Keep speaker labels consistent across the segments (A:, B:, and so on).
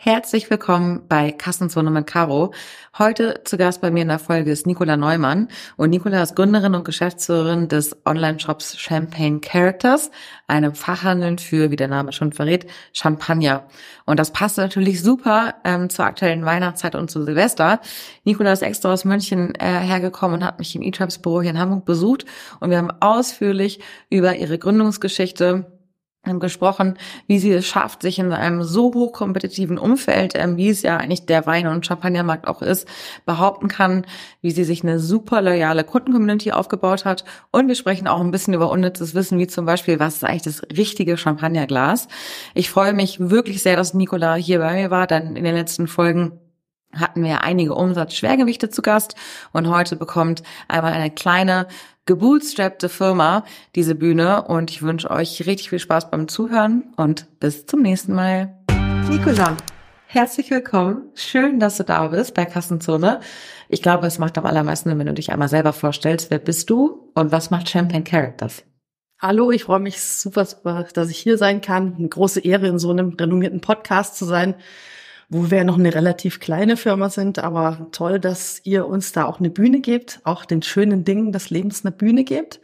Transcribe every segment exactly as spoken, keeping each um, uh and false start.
A: Herzlich willkommen bei Kassenzone mit Caro. Heute zu Gast bei mir in der Folge ist Nicola Neumann. Und Nicola ist Gründerin und Geschäftsführerin des Online-Shops Champagne Characters, einem Fachhandel für, wie der Name schon verrät, Champagner. Und das passt natürlich super ähm, zur aktuellen Weihnachtszeit und zu Silvester. Nicola ist extra aus München äh, hergekommen und hat mich im E-Tribes-Büro hier in Hamburg besucht. Und wir haben ausführlich über ihre Gründungsgeschichte gesprochen, wie sie es schafft, sich in einem so hochkompetitiven Umfeld, ähm, wie es ja eigentlich der Wein- und Champagnermarkt auch ist, behaupten kann, wie sie sich eine super loyale Kundencommunity aufgebaut hat. Und wir sprechen auch ein bisschen über unnützes Wissen, wie zum Beispiel, was ist eigentlich das richtige Champagnerglas. Ich freue mich wirklich sehr, dass Nicola hier bei mir war, denn in den letzten Folgen hatten wir einige Umsatzschwergewichte zu Gast und heute bekommt einmal eine kleine gebootstrappte Firma diese Bühne und ich wünsche euch richtig viel Spaß beim Zuhören und bis zum nächsten Mal. Nicola, herzlich willkommen. Schön, dass du da bist bei Kassenzone. Ich glaube, es macht am allermeisten, wenn du dich einmal selber vorstellst. Wer bist du und was macht Champagne Characters?
B: Hallo, ich freue mich super, super, dass ich hier sein kann. Eine große Ehre, in so einem renommierten Podcast zu sein, wo wir noch eine relativ kleine Firma sind, aber toll, dass ihr uns da auch eine Bühne gebt, auch den schönen Dingen des Lebens eine Bühne gebt.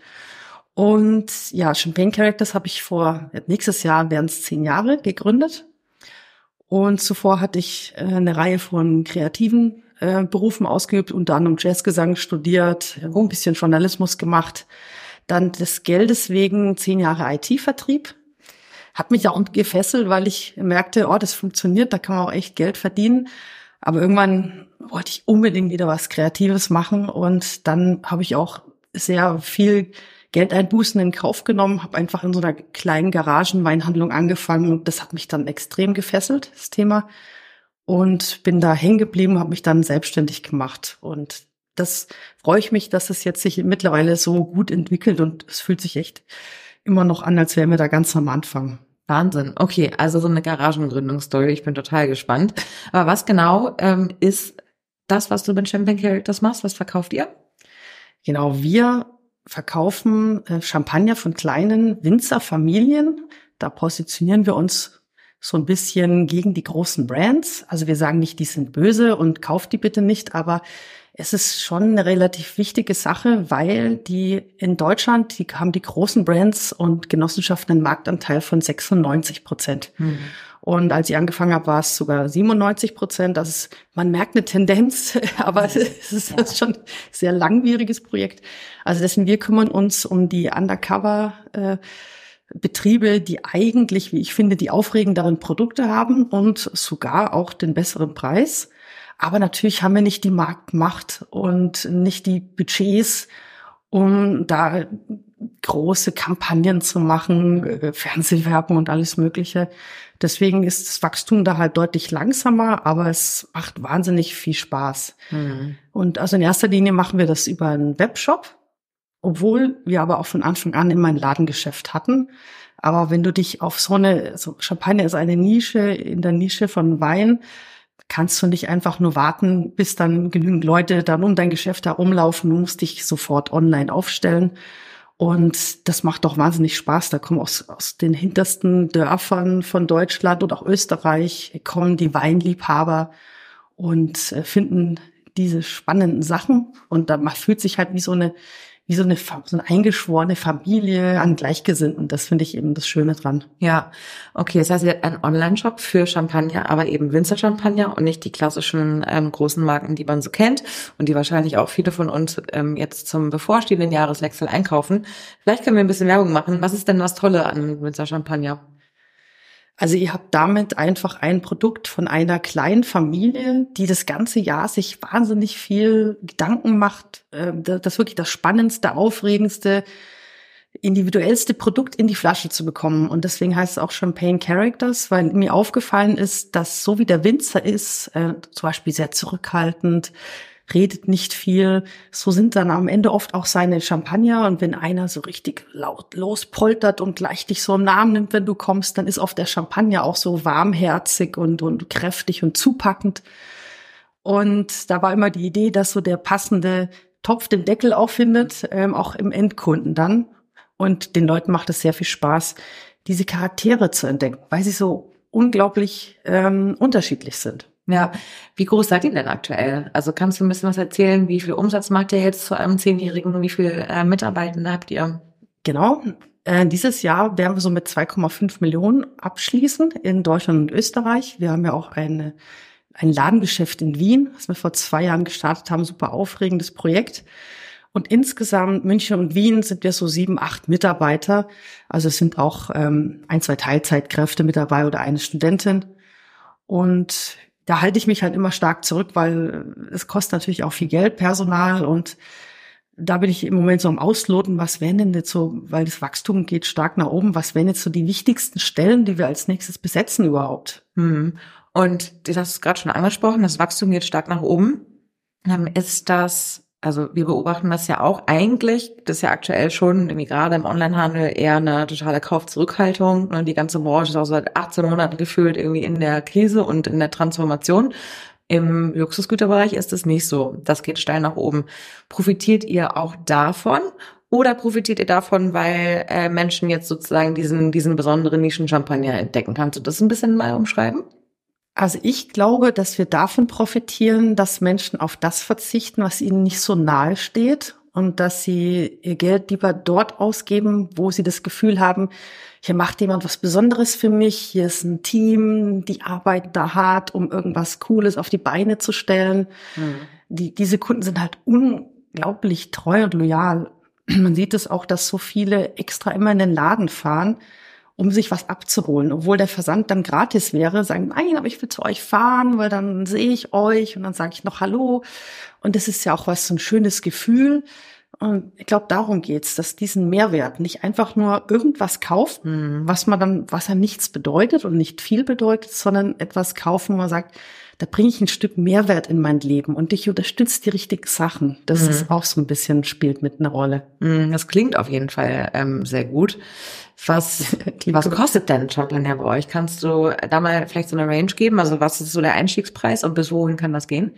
B: Und ja, Champagne Characters habe ich vor, nächstes Jahr werden es zehn Jahre gegründet. Und zuvor hatte ich äh, eine Reihe von kreativen äh, Berufen ausgeübt, unter anderem Jazzgesang studiert, ein bisschen Journalismus gemacht, dann des Geldes wegen zehn Jahre I T-Vertrieb. Hat mich auch gefesselt, weil ich merkte, oh, das funktioniert, da kann man auch echt Geld verdienen. Aber irgendwann wollte ich unbedingt wieder was Kreatives machen und dann habe ich auch sehr viel Geldeinbußen in Kauf genommen, habe einfach in so einer kleinen Garagenweinhandlung angefangen und das hat mich dann extrem gefesselt, das Thema. Und bin da hängen geblieben, habe mich dann selbstständig gemacht. Und das freue ich mich, dass es jetzt sich mittlerweile so gut entwickelt und es fühlt sich echt immer noch an, als wären wir da ganz am Anfang.
A: Wahnsinn. Okay, also so eine Garagengründungsstory. Ich bin total gespannt. Aber was genau ähm, ist das, was du mit Champagne Characters machst? Was verkauft ihr?
B: Genau, wir verkaufen äh, Champagner von kleinen Winzerfamilien. Da positionieren wir uns so ein bisschen gegen die großen Brands. Also wir sagen nicht, die sind böse und kauft die bitte nicht, aber es ist schon eine relativ wichtige Sache, weil die in Deutschland, die haben die großen Brands und Genossenschaften einen Marktanteil von sechsundneunzig Prozent. Mhm. Und als ich angefangen habe, war es sogar siebenundneunzig Prozent. Das ist, man merkt eine Tendenz, aber es ist ja. schon ein sehr langwieriges Projekt. Also deswegen, wir kümmern uns um die Undercover äh, Betriebe, die eigentlich, wie ich finde, die aufregenderen Produkte haben und sogar auch den besseren Preis. Aber natürlich haben wir nicht die Marktmacht und nicht die Budgets, um da große Kampagnen zu machen, Fernsehwerbung und alles Mögliche. Deswegen ist das Wachstum da halt deutlich langsamer, aber es macht wahnsinnig viel Spaß. Mhm. Und also in erster Linie machen wir das über einen Webshop, obwohl wir aber auch von Anfang an immer ein Ladengeschäft hatten. Aber wenn du dich auf so eine, so Champagner ist eine Nische, in der Nische von Wein, kannst du nicht einfach nur warten, bis dann genügend Leute dann um dein Geschäft herumlaufen. Du musst dich sofort online aufstellen. Und das macht doch wahnsinnig Spaß. Da kommen aus, aus den hintersten Dörfern von Deutschland und auch Österreich kommen die Weinliebhaber und finden diese spannenden Sachen. Und da man fühlt sich halt wie so eine wie so eine, so eine eingeschworene Familie an Gleichgesinnten. Das finde ich eben das Schöne dran.
A: Ja, okay, das heißt, ihr habt einen Online-Shop für Champagner, aber eben Winzer-Champagner und nicht die klassischen ähm, großen Marken, die man so kennt und die wahrscheinlich auch viele von uns ähm, jetzt zum bevorstehenden Jahreswechsel einkaufen. Vielleicht können wir ein bisschen Werbung machen. Was ist denn das Tolle an Winzer-Champagner?
B: Also ihr habt damit einfach ein Produkt von einer kleinen Familie, die das ganze Jahr sich wahnsinnig viel Gedanken macht, das wirklich das spannendste, aufregendste, individuellste Produkt in die Flasche zu bekommen. Und deswegen heißt es auch Champagne Characters, weil mir aufgefallen ist, dass so wie der Winzer ist, äh, zum Beispiel sehr zurückhaltend, redet nicht viel. So sind dann am Ende oft auch seine Champagner. Und wenn einer so richtig laut lospoltert und gleich dich so im Namen nimmt, wenn du kommst, dann ist oft der Champagner auch so warmherzig und, und kräftig und zupackend. Und da war immer die Idee, dass so der passende Topf den Deckel auffindet, ähm, auch im Endkunden dann. Und den Leuten macht es sehr viel Spaß, diese Charaktere zu entdecken, weil sie so unglaublich ähm, unterschiedlich sind.
A: Ja, wie groß seid ihr denn aktuell? Also kannst du ein bisschen was erzählen, wie viel Umsatz macht ihr jetzt zu einem Zehnjährigen, wie viele äh, Mitarbeitende habt ihr?
B: Genau, äh, dieses Jahr werden wir so mit zwei Komma fünf Millionen abschließen in Deutschland und Österreich. Wir haben ja auch eine, ein Ladengeschäft in Wien, das wir vor zwei Jahren gestartet haben, super aufregendes Projekt. Und insgesamt München und Wien sind wir so sieben, acht Mitarbeiter. Also es sind auch ähm, ein, zwei Teilzeitkräfte mit dabei oder eine Studentin. Und da halte ich mich halt immer stark zurück, weil es kostet natürlich auch viel Geld, Personal. Und da bin ich im Moment so am Ausloten, was wären denn jetzt so, weil das Wachstum geht stark nach oben, was wären jetzt so die wichtigsten Stellen, die wir als nächstes besetzen überhaupt?
A: Hm. Und das hast du gerade schon angesprochen, das Wachstum geht stark nach oben. Ist das... Also wir beobachten das ja auch eigentlich, das ist ja aktuell schon irgendwie gerade im Onlinehandel eher eine totale Kaufzurückhaltung. Und die ganze Branche ist auch seit achtzehn Monaten gefühlt irgendwie in der Krise und in der Transformation. Im Luxusgüterbereich ist es nicht so. Das geht steil nach oben. Profitiert ihr auch davon? Oder profitiert ihr davon, weil äh, Menschen jetzt sozusagen diesen diesen besonderen Nischen-Champagner entdecken? Kannst du das ein bisschen mal umschreiben?
B: Also ich glaube, dass wir davon profitieren, dass Menschen auf das verzichten, was ihnen nicht so nahe steht und dass sie ihr Geld lieber dort ausgeben, wo sie das Gefühl haben, hier macht jemand was Besonderes für mich, hier ist ein Team, die arbeiten da hart, um irgendwas Cooles auf die Beine zu stellen. Mhm. Die, diese Kunden sind halt unglaublich treu und loyal. Man sieht es auch, dass so viele extra immer in den Laden fahren, um sich was abzuholen. Obwohl der Versand dann gratis wäre, sagen, nein, aber ich will zu euch fahren, weil dann sehe ich euch und dann sage ich noch Hallo. Und das ist ja auch was, so ein schönes Gefühl. Und ich glaube, darum geht's, dass diesen Mehrwert nicht einfach nur irgendwas kaufen, was man dann, was ja nichts bedeutet und nicht viel bedeutet, sondern etwas kaufen, wo man sagt, da bringe ich ein Stück Mehrwert in mein Leben und ich unterstütze die richtigen Sachen. Das mhm. ist auch so ein bisschen, spielt mit einer Rolle.
A: Das klingt auf jeden Fall ähm, sehr gut. Was, was kostet denn Champagner bei euch? Kannst du da mal vielleicht so eine Range geben? Also was ist so der Einstiegspreis und bis wohin kann das gehen?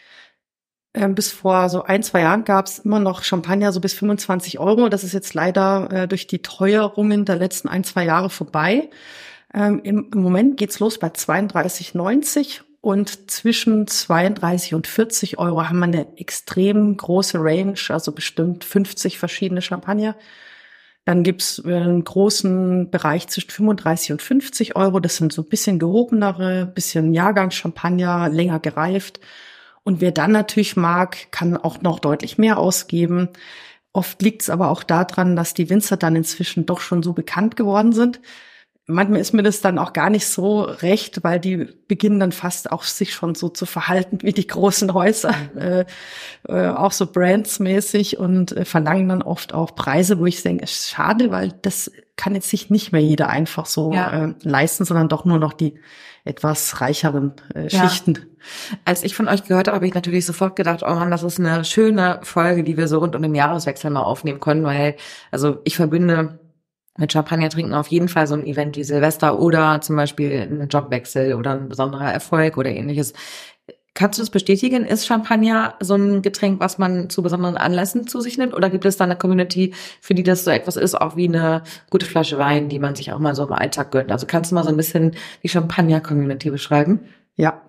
B: Ähm, bis vor so ein, zwei Jahren gab es immer noch Champagner so bis fünfundzwanzig Euro. Das ist jetzt leider äh, durch die Teuerungen der letzten ein, zwei Jahre vorbei. Ähm, im, Im Moment geht's los bei zweiunddreißig neunzig. Und zwischen zweiunddreißig und vierzig Euro haben wir eine extrem große Range, also bestimmt fünfzig verschiedene Champagner. Dann gibt's einen großen Bereich zwischen fünfunddreißig und fünfzig Euro. Das sind so ein bisschen gehobenere, bisschen Jahrgangschampagner, länger gereift. Und wer dann natürlich mag, kann auch noch deutlich mehr ausgeben. Oft liegt's aber auch daran, dass die Winzer dann inzwischen doch schon so bekannt geworden sind. Manchmal ist mir das dann auch gar nicht so recht, weil die beginnen dann fast auch sich schon so zu verhalten wie die großen Häuser, äh, äh, auch so brandsmäßig und äh, verlangen dann oft auch Preise, wo ich denke, es ist schade, weil das kann jetzt sich nicht mehr jeder einfach so ja. äh, leisten, sondern doch nur noch die etwas reicheren äh, Schichten. Ja.
A: Als ich von euch gehört habe, habe ich natürlich sofort gedacht, oh Mann, das ist eine schöne Folge, die wir so rund um den Jahreswechsel mal aufnehmen können, weil also ich verbinde mit Champagner trinken auf jeden Fall so ein Event wie Silvester oder zum Beispiel ein Jobwechsel oder ein besonderer Erfolg oder ähnliches. Kannst du das bestätigen? Ist Champagner so ein Getränk, was man zu besonderen Anlässen zu sich nimmt? Oder gibt es da eine Community, für die das so etwas ist, auch wie eine gute Flasche Wein, die man sich auch mal so im Alltag gönnt? Also kannst du mal so ein bisschen die Champagner-Community beschreiben?
B: Ja.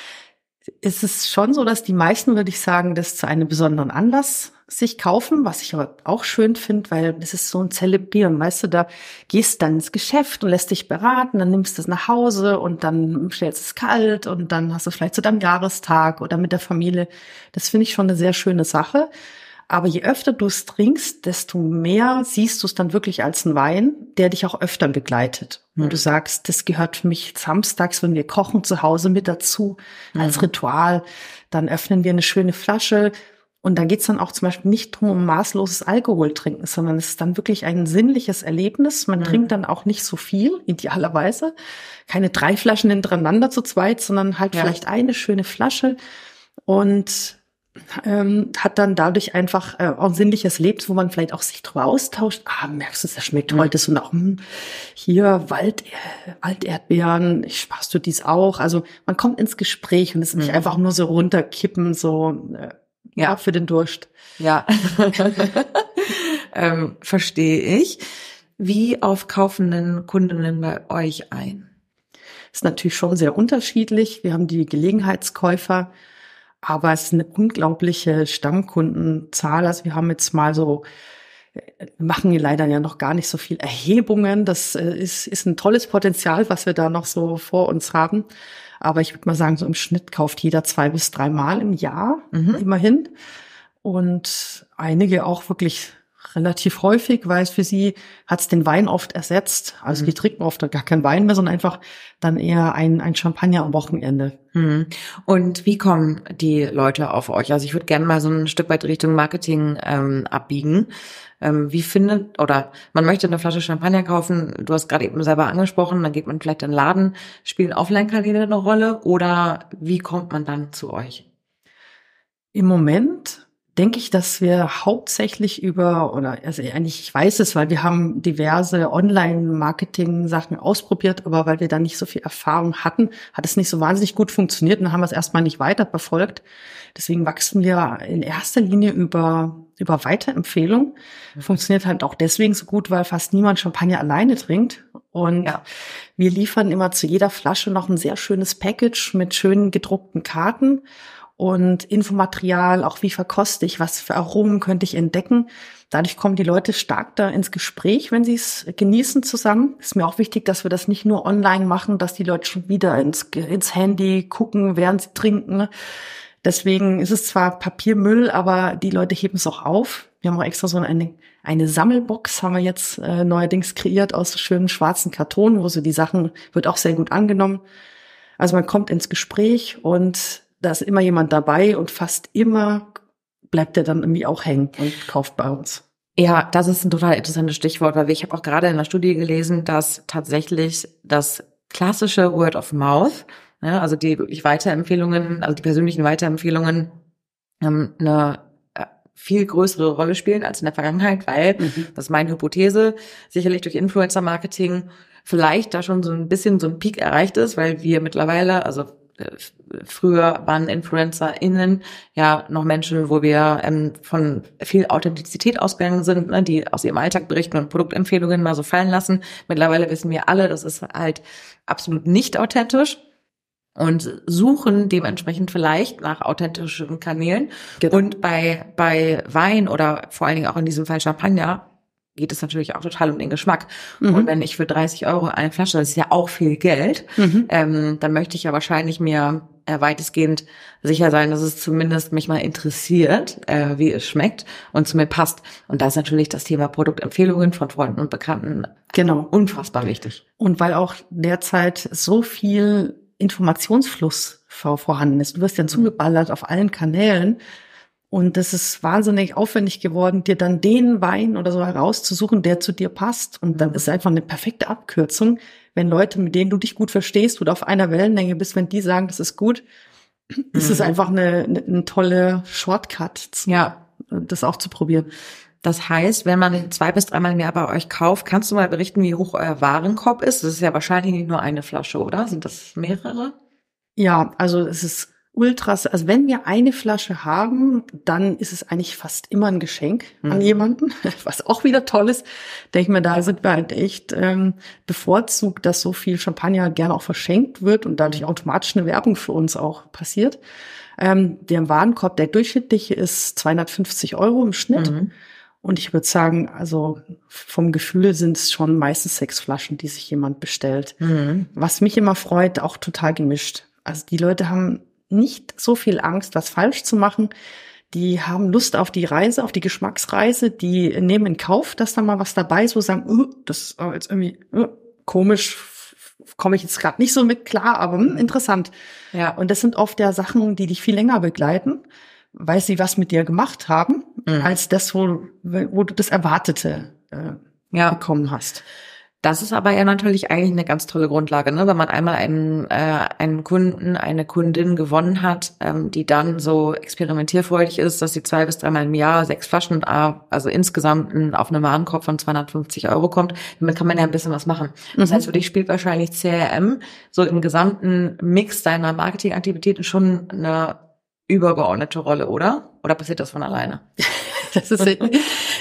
B: Es ist schon so, dass die meisten, würde ich sagen, das zu einem besonderen Anlass sich kaufen, was ich aber auch schön finde, weil das ist so ein Zelebrieren, weißt du, da gehst dann ins Geschäft und lässt dich beraten, dann nimmst du es nach Hause und dann stellst es kalt und dann hast du es vielleicht zu deinem Jahrestag oder mit der Familie. Das finde ich schon eine sehr schöne Sache. Aber je öfter du es trinkst, desto mehr siehst du es dann wirklich als einen Wein, der dich auch öfter begleitet. Mhm. Und du sagst, das gehört für mich samstags, wenn wir kochen, zu Hause mit dazu, mhm. als Ritual. Dann öffnen wir eine schöne Flasche. Und da geht's dann auch zum Beispiel nicht drum um maßloses Alkohol trinken, sondern es ist dann wirklich ein sinnliches Erlebnis. Man mhm. trinkt dann auch nicht so viel, idealerweise. Keine drei Flaschen hintereinander zu zweit, sondern halt ja. vielleicht eine schöne Flasche. Und ähm, hat dann dadurch einfach äh, auch ein sinnliches Leben, wo man vielleicht auch sich drüber austauscht. Ah, merkst du, das schmeckt mhm. heute so nach, hm, hier Wald, äh, Walderdbeeren, sparst du dies auch? Also man kommt ins Gespräch und es ist nicht mhm. einfach nur so runterkippen, so äh, ja für den Durst.
A: Ja, ähm, verstehe ich. Wie auf kaufenden Kundinnen bei euch ein?
B: Ist natürlich schon sehr unterschiedlich. Wir haben die Gelegenheitskäufer, aber es ist eine unglaubliche Stammkundenzahl. Also wir haben jetzt mal so, wir machen hier leider ja noch gar nicht so viel Erhebungen. Das ist, ist ein tolles Potenzial, was wir da noch so vor uns haben. Aber ich würde mal sagen, so im Schnitt kauft jeder zwei bis dreimal im Jahr, mhm. immerhin. Und einige auch wirklich relativ häufig, weil es für sie hat es den Wein oft ersetzt. Also mhm. die trinken oft gar keinen Wein mehr, sondern einfach dann eher ein, ein Champagner am Wochenende.
A: Mhm. Und wie kommen die Leute auf euch? Also ich würde gerne mal so ein Stück weit Richtung Marketing ähm, abbiegen. Ähm, wie findet, oder man möchte eine Flasche Champagner kaufen, du hast gerade eben selber angesprochen, dann geht man vielleicht in den Laden, spielen Offline-Kanäle eine Rolle, oder wie kommt man dann zu euch?
B: Im Moment denke ich, dass wir hauptsächlich über, oder also eigentlich, ich weiß es, weil wir haben diverse Online-Marketing-Sachen ausprobiert, aber weil wir da nicht so viel Erfahrung hatten, hat es nicht so wahnsinnig gut funktioniert und dann haben wir es erstmal nicht weiter verfolgt. Deswegen wachsen wir in erster Linie über über Weiterempfehlung. Mhm. Funktioniert halt auch deswegen so gut, weil fast niemand Champagner alleine trinkt. Und ja. wir liefern immer zu jeder Flasche noch ein sehr schönes Package mit schönen gedruckten Karten und Infomaterial, auch wie verkoste ich, was für Aromen könnte ich entdecken. Dadurch kommen die Leute stark da ins Gespräch, wenn sie es genießen zusammen. Ist mir auch wichtig, dass wir das nicht nur online machen, dass die Leute schon wieder ins, ins Handy gucken, während sie trinken. Deswegen ist es zwar Papiermüll, aber die Leute heben es auch auf. Wir haben auch extra so eine, eine Sammelbox, haben wir jetzt äh, neuerdings kreiert aus so schönen schwarzen Karton, wo so die Sachen, wird auch sehr gut angenommen. Also man kommt ins Gespräch und da ist immer jemand dabei und fast immer bleibt der dann irgendwie auch hängen und kauft bei uns.
A: Ja, das ist ein total interessantes Stichwort, weil ich habe auch gerade in der Studie gelesen, dass tatsächlich das klassische Word of Mouth, ja, also die wirklich Weiterempfehlungen, also die persönlichen Weiterempfehlungen, ähm, eine äh, viel größere Rolle spielen als in der Vergangenheit, weil, mhm. das ist meine Hypothese, sicherlich durch Influencer-Marketing vielleicht da schon so ein bisschen so ein Peak erreicht ist, weil wir mittlerweile, also äh, früher waren InfluencerInnen ja noch Menschen, wo wir ähm, von viel Authentizität ausgegangen sind, ne, die aus ihrem Alltag berichten und Produktempfehlungen mal so fallen lassen. Mittlerweile wissen wir alle, das ist halt absolut nicht authentisch. Und suchen dementsprechend vielleicht nach authentischen Kanälen. Genau. Und bei bei Wein oder vor allen Dingen auch in diesem Fall Champagner geht es natürlich auch total um den Geschmack. Mhm. Und wenn ich für dreißig Euro eine Flasche, das ist ja auch viel Geld, mhm. ähm, dann möchte ich ja wahrscheinlich mir äh, weitestgehend sicher sein, dass es zumindest mich mal interessiert, äh, wie es schmeckt und zu mir passt. Und da ist natürlich das Thema Produktempfehlungen von Freunden und Bekannten genau unfassbar wichtig.
B: Und weil auch derzeit so viel Informationsfluss vorhanden ist. Du wirst ja zugeballert auf allen Kanälen und das ist wahnsinnig aufwendig geworden, dir dann den Wein oder so herauszusuchen, der zu dir passt. Und dann ist es einfach eine perfekte Abkürzung, wenn Leute, mit denen du dich gut verstehst oder auf einer Wellenlänge bist, wenn die sagen, das ist gut, mhm. ist es einfach eine, eine, eine tolle Shortcut, ja, das auch zu probieren.
A: Das heißt, wenn man zwei bis dreimal im Jahr bei euch kauft, kannst du mal berichten, wie hoch euer Warenkorb ist? Das ist ja wahrscheinlich nicht nur eine Flasche, oder? Sind das mehrere?
B: Ja, also es ist ultra, also wenn wir eine Flasche haben, dann ist es eigentlich fast immer ein Geschenk mhm. an jemanden, was auch wieder toll ist. Denke ich mir, da sind wir halt echt ähm, bevorzugt, dass so viel Champagner gerne auch verschenkt wird und dadurch automatisch eine Werbung für uns auch passiert. Ähm, der Warenkorb, der durchschnittliche, ist zweihundertfünfzig Euro im Schnitt. Mhm. Und ich würde sagen, also vom Gefühl sind es schon meistens sechs Flaschen, die sich jemand bestellt. Mhm. Was mich immer freut, auch total gemischt. Also die Leute haben nicht so viel Angst, was falsch zu machen. Die haben Lust auf die Reise, auf die Geschmacksreise. Die nehmen in Kauf, dass da mal was dabei ist, wo sie sagen, uh, das ist jetzt irgendwie uh, komisch, komme ich jetzt gerade nicht so mit klar, aber hm, interessant. Ja. Und das sind oft ja Sachen, die dich viel länger begleiten, weil sie was mit dir gemacht haben, mhm. als das, wo, wo du das Erwartete äh, ja. bekommen hast.
A: Das ist aber ja natürlich eigentlich eine ganz tolle Grundlage, ne? Wenn man einmal einen, äh, einen Kunden, eine Kundin gewonnen hat, ähm, die dann so experimentierfreudig ist, dass sie zwei bis dreimal im Jahr sechs Flaschen, also insgesamt auf einen Warenkorb von zweihundertfünfzig Euro kommt, damit kann man ja ein bisschen was machen. Das mhm. heißt, für dich spielt wahrscheinlich C R M so im gesamten Mix deiner Marketingaktivitäten schon eine übergeordnete Rolle, oder? Oder passiert das von alleine?
B: Das ist,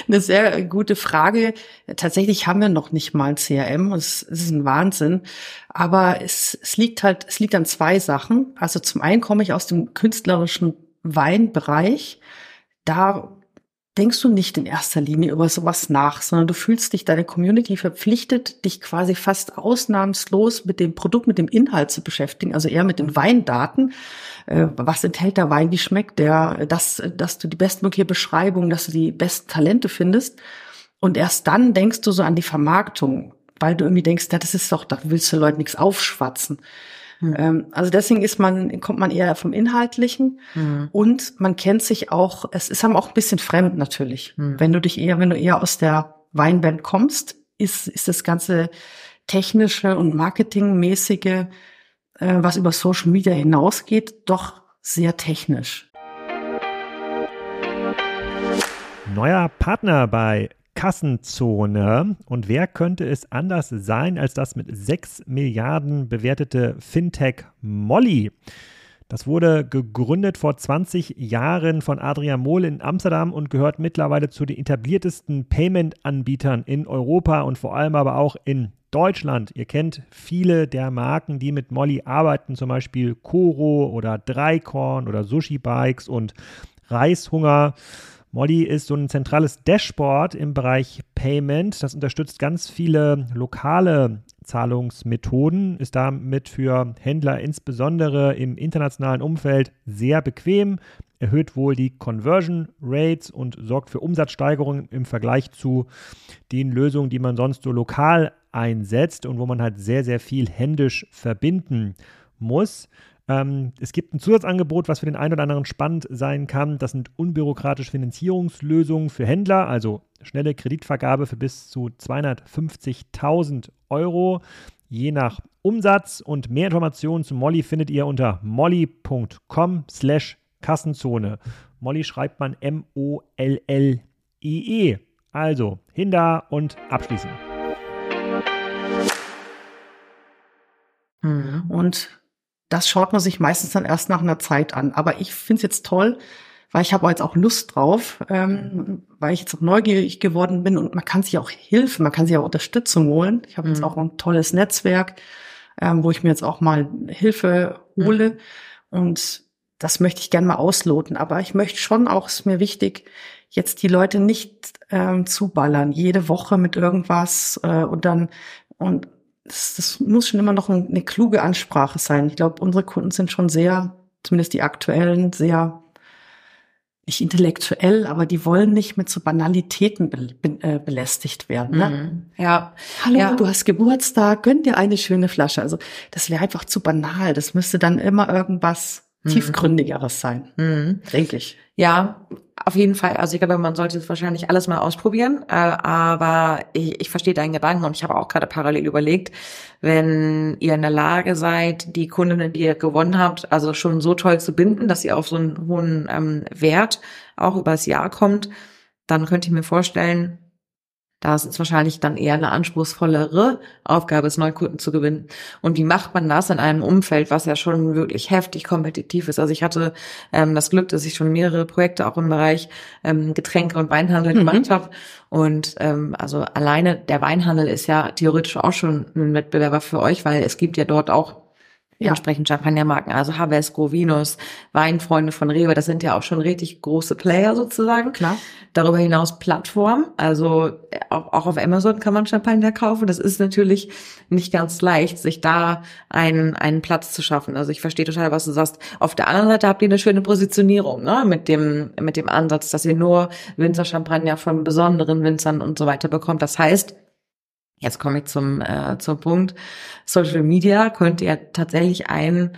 B: eine sehr gute Frage. Tatsächlich haben wir noch nicht mal ein C R M. Es, es ist ein Wahnsinn. Aber es, es liegt halt, es liegt an zwei Sachen. Also zum einen komme ich aus dem künstlerischen Weinbereich. Da denkst du nicht in erster Linie über sowas nach, sondern du fühlst dich, deine Community verpflichtet, dich quasi fast ausnahmslos mit dem Produkt, mit dem Inhalt zu beschäftigen, also eher mit den Weindaten. Äh, was enthält der Wein, wie schmeckt der, dass, dass du die bestmögliche Beschreibung, dass du die besten Talente findest. Und erst dann denkst du so an die Vermarktung, weil du irgendwie denkst, ja, das ist doch, da willst du Leuten nichts aufschwatzen. Mhm. Also deswegen ist man, kommt man eher vom Inhaltlichen mhm. und man kennt sich auch, es ist aber auch ein bisschen fremd natürlich. Mhm. Wenn du dich eher, wenn du eher aus der Weinwelt kommst, ist, ist das ganze technische und marketingmäßige, äh, was über Social Media hinausgeht, doch sehr technisch.
C: Neuer Partner bei Kassenzone. Und wer könnte es anders sein als das mit sechs Milliarden bewertete Fintech Molly? Das wurde gegründet vor zwanzig Jahren von Adrian Mohl in Amsterdam und gehört mittlerweile zu den etabliertesten Payment-Anbietern in Europa und vor allem aber auch in Deutschland. Ihr kennt viele der Marken, die mit Molly arbeiten, zum Beispiel Koro oder Dreikorn oder Sushi Bikes und Reishunger. Molly ist so ein zentrales Dashboard im Bereich Payment. Das unterstützt ganz viele lokale Zahlungsmethoden, ist damit für Händler insbesondere im internationalen Umfeld sehr bequem, erhöht wohl die Conversion Rates und sorgt für Umsatzsteigerungen im Vergleich zu den Lösungen, die man sonst so lokal einsetzt und wo man halt sehr, sehr viel händisch verbinden muss. Ähm, es gibt ein Zusatzangebot, was für den einen oder anderen spannend sein kann. Das sind unbürokratische Finanzierungslösungen für Händler, also schnelle Kreditvergabe für bis zu zweihundertfünfzigtausend Euro, je nach Umsatz. Und mehr Informationen zu Molly findet ihr unter molly.com slash Kassenzone. Molly schreibt man M O L L I E. Also, hin da und abschließen.
B: Mhm. Und das schaut man sich meistens dann erst nach einer Zeit an. Aber ich finde es jetzt toll, weil ich habe jetzt auch Lust drauf, ähm, weil ich jetzt auch neugierig geworden bin und man kann sich auch Hilfe, man kann sich auch Unterstützung holen. Ich habe mhm. jetzt auch ein tolles Netzwerk, ähm, wo ich mir jetzt auch mal Hilfe hole mhm. und das möchte ich gerne mal ausloten. Aber ich möchte schon auch, ist mir wichtig, jetzt die Leute nicht ähm, zuballern, jede Woche mit irgendwas äh, und dann und Das, das muss schon immer noch eine kluge Ansprache sein. Ich glaube, unsere Kunden sind schon sehr, zumindest die aktuellen, sehr, nicht intellektuell, aber die wollen nicht mit so Banalitäten be, be, äh, belästigt werden. Ne?
A: Mhm. Ja.
B: Hallo,
A: ja.
B: du hast Geburtstag, gönn dir eine schöne Flasche. Also das wäre einfach zu banal. Das müsste dann immer irgendwas mhm. tiefgründigeres sein, mhm. denke ich.
A: Ja, auf jeden Fall. Also ich glaube, man sollte es wahrscheinlich alles mal ausprobieren. Äh, aber ich, ich verstehe deinen Gedanken und ich habe auch gerade parallel überlegt, wenn ihr in der Lage seid, die Kundinnen, die ihr gewonnen habt, also schon so toll zu binden, dass ihr auf so einen hohen ähm, Wert auch übers Jahr kommt, dann könnte ich mir vorstellen, da ist es wahrscheinlich dann eher eine anspruchsvollere Aufgabe, es Neukunden zu gewinnen. Und wie macht man das in einem Umfeld, was ja schon wirklich heftig kompetitiv ist? Also ich hatte ähm, das Glück, dass ich schon mehrere Projekte auch im Bereich ähm, Getränke und Weinhandel mhm. gemacht habe. Und ähm, also alleine der Weinhandel ist ja theoretisch auch schon ein Wettbewerber für euch, weil es gibt ja dort auch ja. entsprechend Champagnermarken, also Havesco, Vinus, Weinfreunde von Rewe, das sind ja auch schon richtig große Player sozusagen.
B: Klar.
A: Darüber hinaus Plattform, also auch, auch auf Amazon kann man Champagner kaufen. Das ist natürlich nicht ganz leicht, sich da einen einen Platz zu schaffen. Also ich verstehe total, was du sagst. Auf der anderen Seite habt ihr eine schöne Positionierung, ne, mit dem mit dem Ansatz, dass ihr nur Winzer-Champagner von besonderen Winzern und so weiter bekommt. Das heißt, jetzt komme ich zum äh, zum Punkt. Social Media könnte ja tatsächlich ein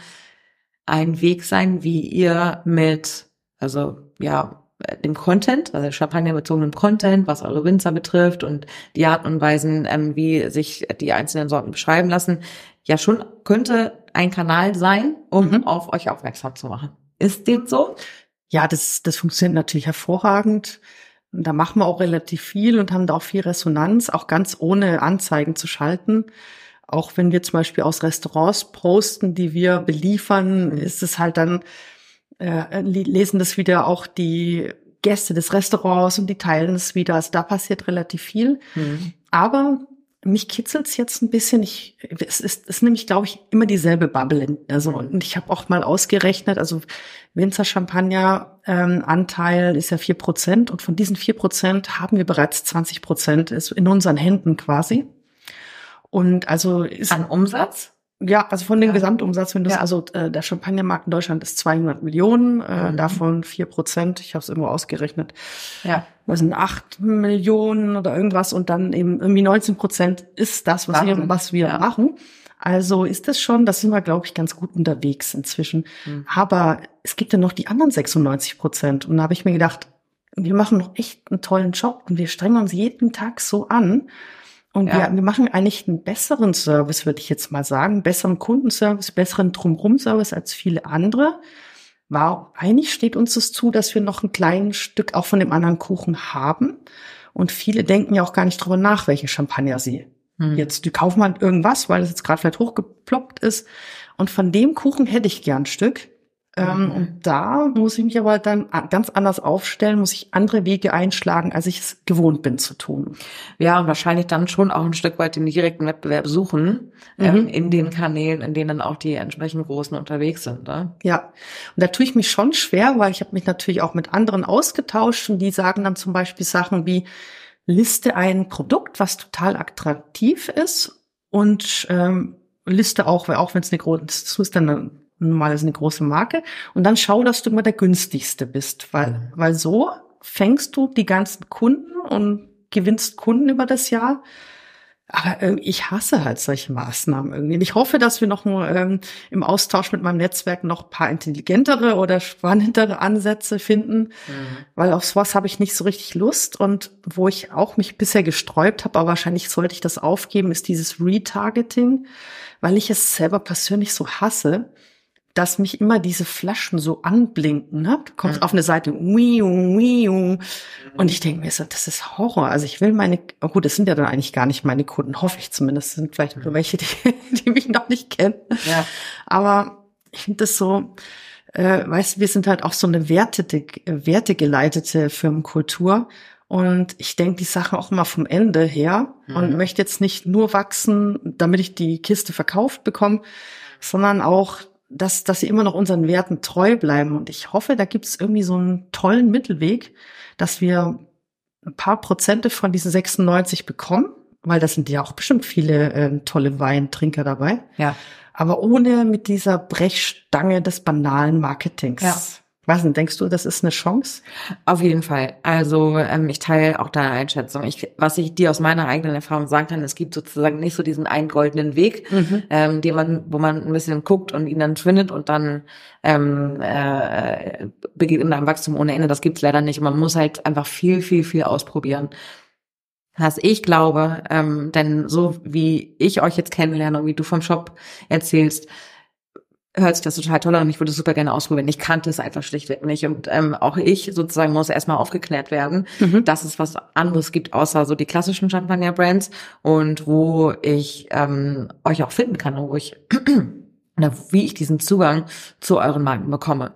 A: ein Weg sein, wie ihr mit, also ja, dem Content, also champagnerbezogenen Content, was eure Winzer betrifft und die Arten und Weisen, ähm, wie sich die einzelnen Sorten beschreiben lassen, ja schon könnte ein Kanal sein, um mhm. auf euch aufmerksam zu machen. Ist dem so?
B: Ja, das das funktioniert natürlich hervorragend. Da machen wir auch relativ viel und haben da auch viel Resonanz, auch ganz ohne Anzeigen zu schalten. Auch wenn wir zum Beispiel aus Restaurants posten, die wir beliefern, ist es halt dann, äh, lesen das wieder auch die Gäste des Restaurants und die teilen es wieder. Also da passiert relativ viel. Mhm. Aber mich kitzelt's jetzt ein bisschen. Ich, es ist, es ist nämlich, glaube ich, immer dieselbe Bubble. Also, und ich habe auch mal ausgerechnet, also Winzer Champagner ähm, Anteil ist ja vier Prozent und von diesen vier Prozent haben wir bereits zwanzig Prozent ist in unseren Händen quasi. Und also ist
A: an Umsatz?
B: Ja, also von dem
A: ja.
B: Gesamtumsatz, wenn das
A: ja.
B: also äh, der Champagnermarkt in Deutschland ist zweihundert Millionen, äh, mhm. davon vier Prozent, ich habe es irgendwo ausgerechnet.
A: Ja.
B: Das sind acht Millionen oder irgendwas und dann eben irgendwie neunzehn Prozent ist das, was Wahnsinn. wir was wir ja. machen. Also ist das schon, da sind wir, glaube ich, ganz gut unterwegs inzwischen. Mhm. Aber es gibt ja noch die anderen sechsundneunzig Prozent und da habe ich mir gedacht, wir machen noch echt einen tollen Job und wir strengen uns jeden Tag so an. Und ja. wir, wir machen eigentlich einen besseren Service, würde ich jetzt mal sagen, besseren Kundenservice, besseren Drumherum-Service als viele andere. Wow, eigentlich steht uns das zu, dass wir noch ein kleines Stück auch von dem anderen Kuchen haben. Und viele denken ja auch gar nicht drüber nach, welche Champagner sie hm. jetzt, die kaufen halt irgendwas, weil es jetzt gerade vielleicht hochgeploppt ist. Und von dem Kuchen hätte ich gern ein Stück. Ähm, und da muss ich mich aber dann ganz anders aufstellen, muss ich andere Wege einschlagen, als ich es gewohnt bin zu tun.
A: Ja, und wahrscheinlich dann schon auch ein Stück weit den direkten Wettbewerb suchen, mhm. ähm, in den Kanälen, in denen dann auch die entsprechend Großen unterwegs sind. Ne?
B: Ja, und da tue ich mich schon schwer, weil ich habe mich natürlich auch mit anderen ausgetauscht und die sagen dann zum Beispiel Sachen wie, liste ein Produkt, was total attraktiv ist und ähm, liste auch, weil auch wenn es eine große, das ist dann eine normalerweise eine große Marke. Und dann schau, dass du immer der günstigste bist, weil, mhm. weil so fängst du die ganzen Kunden und gewinnst Kunden über das Jahr. Aber äh, ich hasse halt solche Maßnahmen irgendwie. Und ich hoffe, dass wir noch nur ähm, im Austausch mit meinem Netzwerk noch ein paar intelligentere oder spannendere Ansätze finden, mhm. weil auf sowas habe ich nicht so richtig Lust. Und wo ich auch mich bisher gesträubt habe, aber wahrscheinlich sollte ich das aufgeben, ist dieses Retargeting, weil ich es selber persönlich so hasse, dass mich immer diese Flaschen so anblinken, ne? Du kommst mhm. auf eine Seite, wiu, wiu, und ich denke mir so, das ist Horror. Also ich will meine, oh gut, das sind ja dann eigentlich gar nicht meine Kunden, hoffe ich zumindest. Das sind vielleicht nur welche, die, die mich noch nicht kennen. Ja. Aber ich finde das so, äh, weißt du, wir sind halt auch so eine wertete, wertegeleitete Firmenkultur. Und ich denke die Sachen auch immer vom Ende her mhm. und möchte jetzt nicht nur wachsen, damit ich die Kiste verkauft bekomme, sondern auch dass, dass sie immer noch unseren Werten treu bleiben. Und ich hoffe, da gibt es irgendwie so einen tollen Mittelweg, dass wir ein paar Prozente von diesen sechsundneunzig bekommen, weil das sind ja auch bestimmt viele äh, tolle Weintrinker dabei. Ja. Aber ohne mit dieser Brechstange des banalen Marketings. Ja. Was denn, denkst du, das ist eine Chance?
A: Auf jeden Fall. Also ähm, ich teile auch deine Einschätzung. Ich, was ich dir aus meiner eigenen Erfahrung sagen kann, es gibt sozusagen nicht so diesen einen goldenen Weg, mhm. ähm, den man, wo man ein bisschen guckt und ihn dann findet und dann ähm, äh, begeht in einem Wachstum ohne Ende. Das gibt's leider nicht. Man muss halt einfach viel, viel, viel ausprobieren. Was ich glaube, ähm, denn so wie ich euch jetzt kennenlerne und wie du vom Shop erzählst, hört sich das total toll an und ich würde es super gerne ausprobieren. Ich kannte es einfach schlichtweg nicht und ähm, auch ich sozusagen muss erstmal aufgeklärt werden, mhm. dass es was anderes gibt, außer so die klassischen Champagner-Brands und wo ich ähm, euch auch finden kann und wo ich oder wie ich diesen Zugang zu euren Marken bekomme.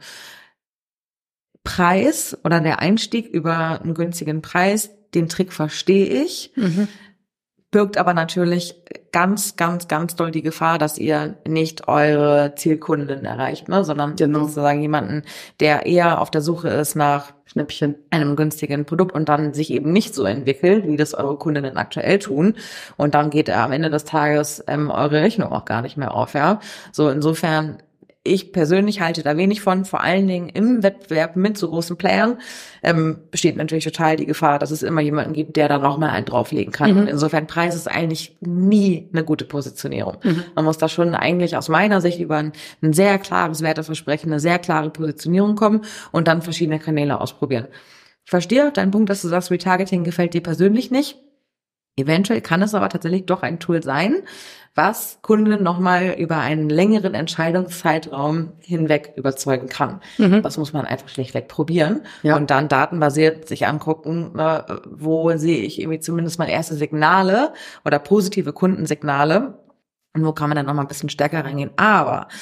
A: Preis oder der Einstieg über einen günstigen Preis, den Trick verstehe ich. Mhm. Birgt aber natürlich ganz, ganz, ganz doll die Gefahr, dass ihr nicht eure Zielkunden erreicht, ne, sondern genau. sozusagen jemanden, der eher auf der Suche ist nach Schnäppchen, einem günstigen Produkt und dann sich eben nicht so entwickelt, wie das eure Kundinnen aktuell tun. Und dann geht am Ende des Tages ähm, eure Rechnung auch gar nicht mehr auf, ja. So insofern, ich persönlich halte da wenig von, vor allen Dingen im Wettbewerb mit so großen Playern ähm, besteht natürlich total die Gefahr, dass es immer jemanden gibt, der da noch mal einen drauflegen kann. Mhm. Insofern Preis ist eigentlich nie eine gute Positionierung. Mhm. Man muss da schon eigentlich aus meiner Sicht über ein, ein sehr klares Werteversprechen, eine sehr klare Positionierung kommen und dann verschiedene Kanäle ausprobieren. Ich verstehe auch deinen Punkt, dass du sagst, Retargeting gefällt dir persönlich nicht. Eventuell kann es aber tatsächlich doch ein Tool sein, was Kunden nochmal über einen längeren Entscheidungszeitraum hinweg überzeugen kann. Mhm. Das muss man einfach schlichtweg probieren ja. und dann datenbasiert sich angucken, wo sehe ich irgendwie zumindest mal erste Signale oder positive Kundensignale und wo kann man dann nochmal ein bisschen stärker reingehen. Aber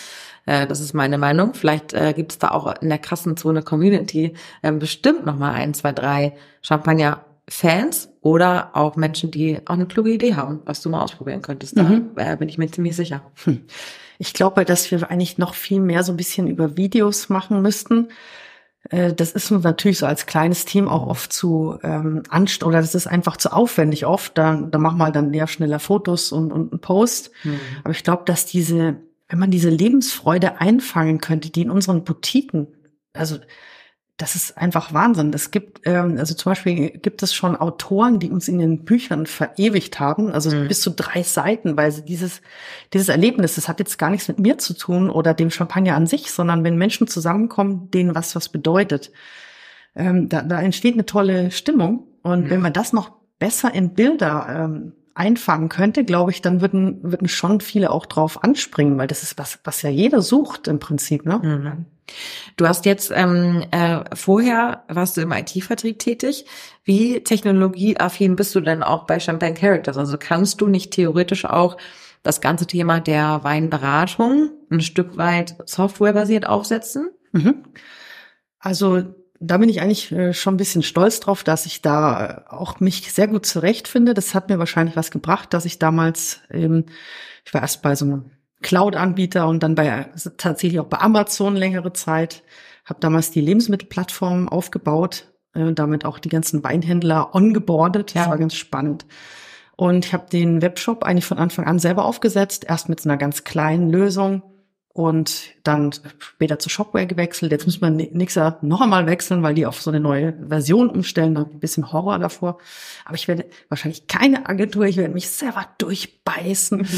A: Äh, das ist meine Meinung. Vielleicht äh, gibt es da auch in der Kassenzone-Community äh, bestimmt nochmal ein, zwei, drei Champagner-Fans oder auch Menschen, die auch eine kluge Idee haben, was du mal ausprobieren könntest. Da mhm. äh, bin ich mir ziemlich sicher.
B: Hm. Ich glaube, dass wir eigentlich noch viel mehr so ein bisschen über Videos machen müssten. Das ist uns natürlich so als kleines Team auch oft zu ähm, anstrengend oder das ist einfach zu aufwendig oft. Da, da machen wir halt dann eher schneller Fotos und, und einen Post. Mhm. Aber ich glaube, dass diese, wenn man diese Lebensfreude einfangen könnte, die in unseren Boutiquen, also das ist einfach Wahnsinn. Es gibt, ähm, also zum Beispiel gibt es schon Autoren, die uns in den Büchern verewigt haben, also mhm. bis zu drei Seiten, weil sie dieses, dieses Erlebnis, das hat jetzt gar nichts mit mir zu tun oder dem Champagner an sich, sondern wenn Menschen zusammenkommen, denen was was bedeutet, ähm, da, da entsteht eine tolle Stimmung. Und mhm. wenn man das noch besser in Bilder ähm, einfangen könnte, glaube ich, dann würden, würden schon viele auch drauf anspringen, weil das ist was, was ja jeder sucht im Prinzip, ne?
A: Mhm. Du hast jetzt ähm, äh, vorher warst du im I T-Vertrieb tätig. Wie technologieaffin bist du denn auch bei Champagne Characters? Also kannst du nicht theoretisch auch das ganze Thema der Weinberatung ein Stück weit softwarebasiert aufsetzen?
B: Mhm. Also da bin ich eigentlich äh, schon ein bisschen stolz drauf, dass ich da auch mich sehr gut zurechtfinde. Das hat mir wahrscheinlich was gebracht, dass ich damals, ähm, ich war erst bei so einem Cloud-Anbieter und dann bei tatsächlich auch bei Amazon längere Zeit, habe damals die Lebensmittelplattform aufgebaut, äh, damit auch die ganzen Weinhändler ongeboardet. Das ja. war ganz spannend. Und ich habe den Webshop eigentlich von Anfang an selber aufgesetzt, erst mit so einer ganz kleinen Lösung und dann später zu Shopware gewechselt. Jetzt muss man nächstes noch einmal wechseln, weil die auf so eine neue Version umstellen. Da ein bisschen Horror davor. Aber ich werde wahrscheinlich keine Agentur, ich werde mich selber durchbeißen.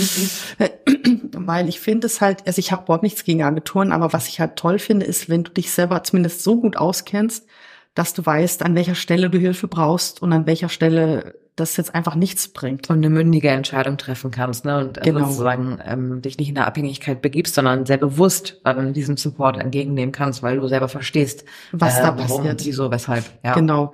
B: Weil ich finde es halt, also ich habe überhaupt nichts gegen Agenturen, aber was ich halt toll finde, ist, wenn du dich selber zumindest so gut auskennst, dass du weißt, an welcher Stelle du Hilfe brauchst und an welcher Stelle das jetzt einfach nichts bringt.
A: Und eine mündige Entscheidung treffen kannst, ne? Und
B: genau.
A: sozusagen ähm, dich nicht in der Abhängigkeit begibst, sondern sehr bewusst ähm, diesen Support entgegennehmen kannst, weil du selber verstehst,
B: was
A: äh,
B: da
A: warum,
B: passiert.
A: Wieso, weshalb. Ja.
B: Genau.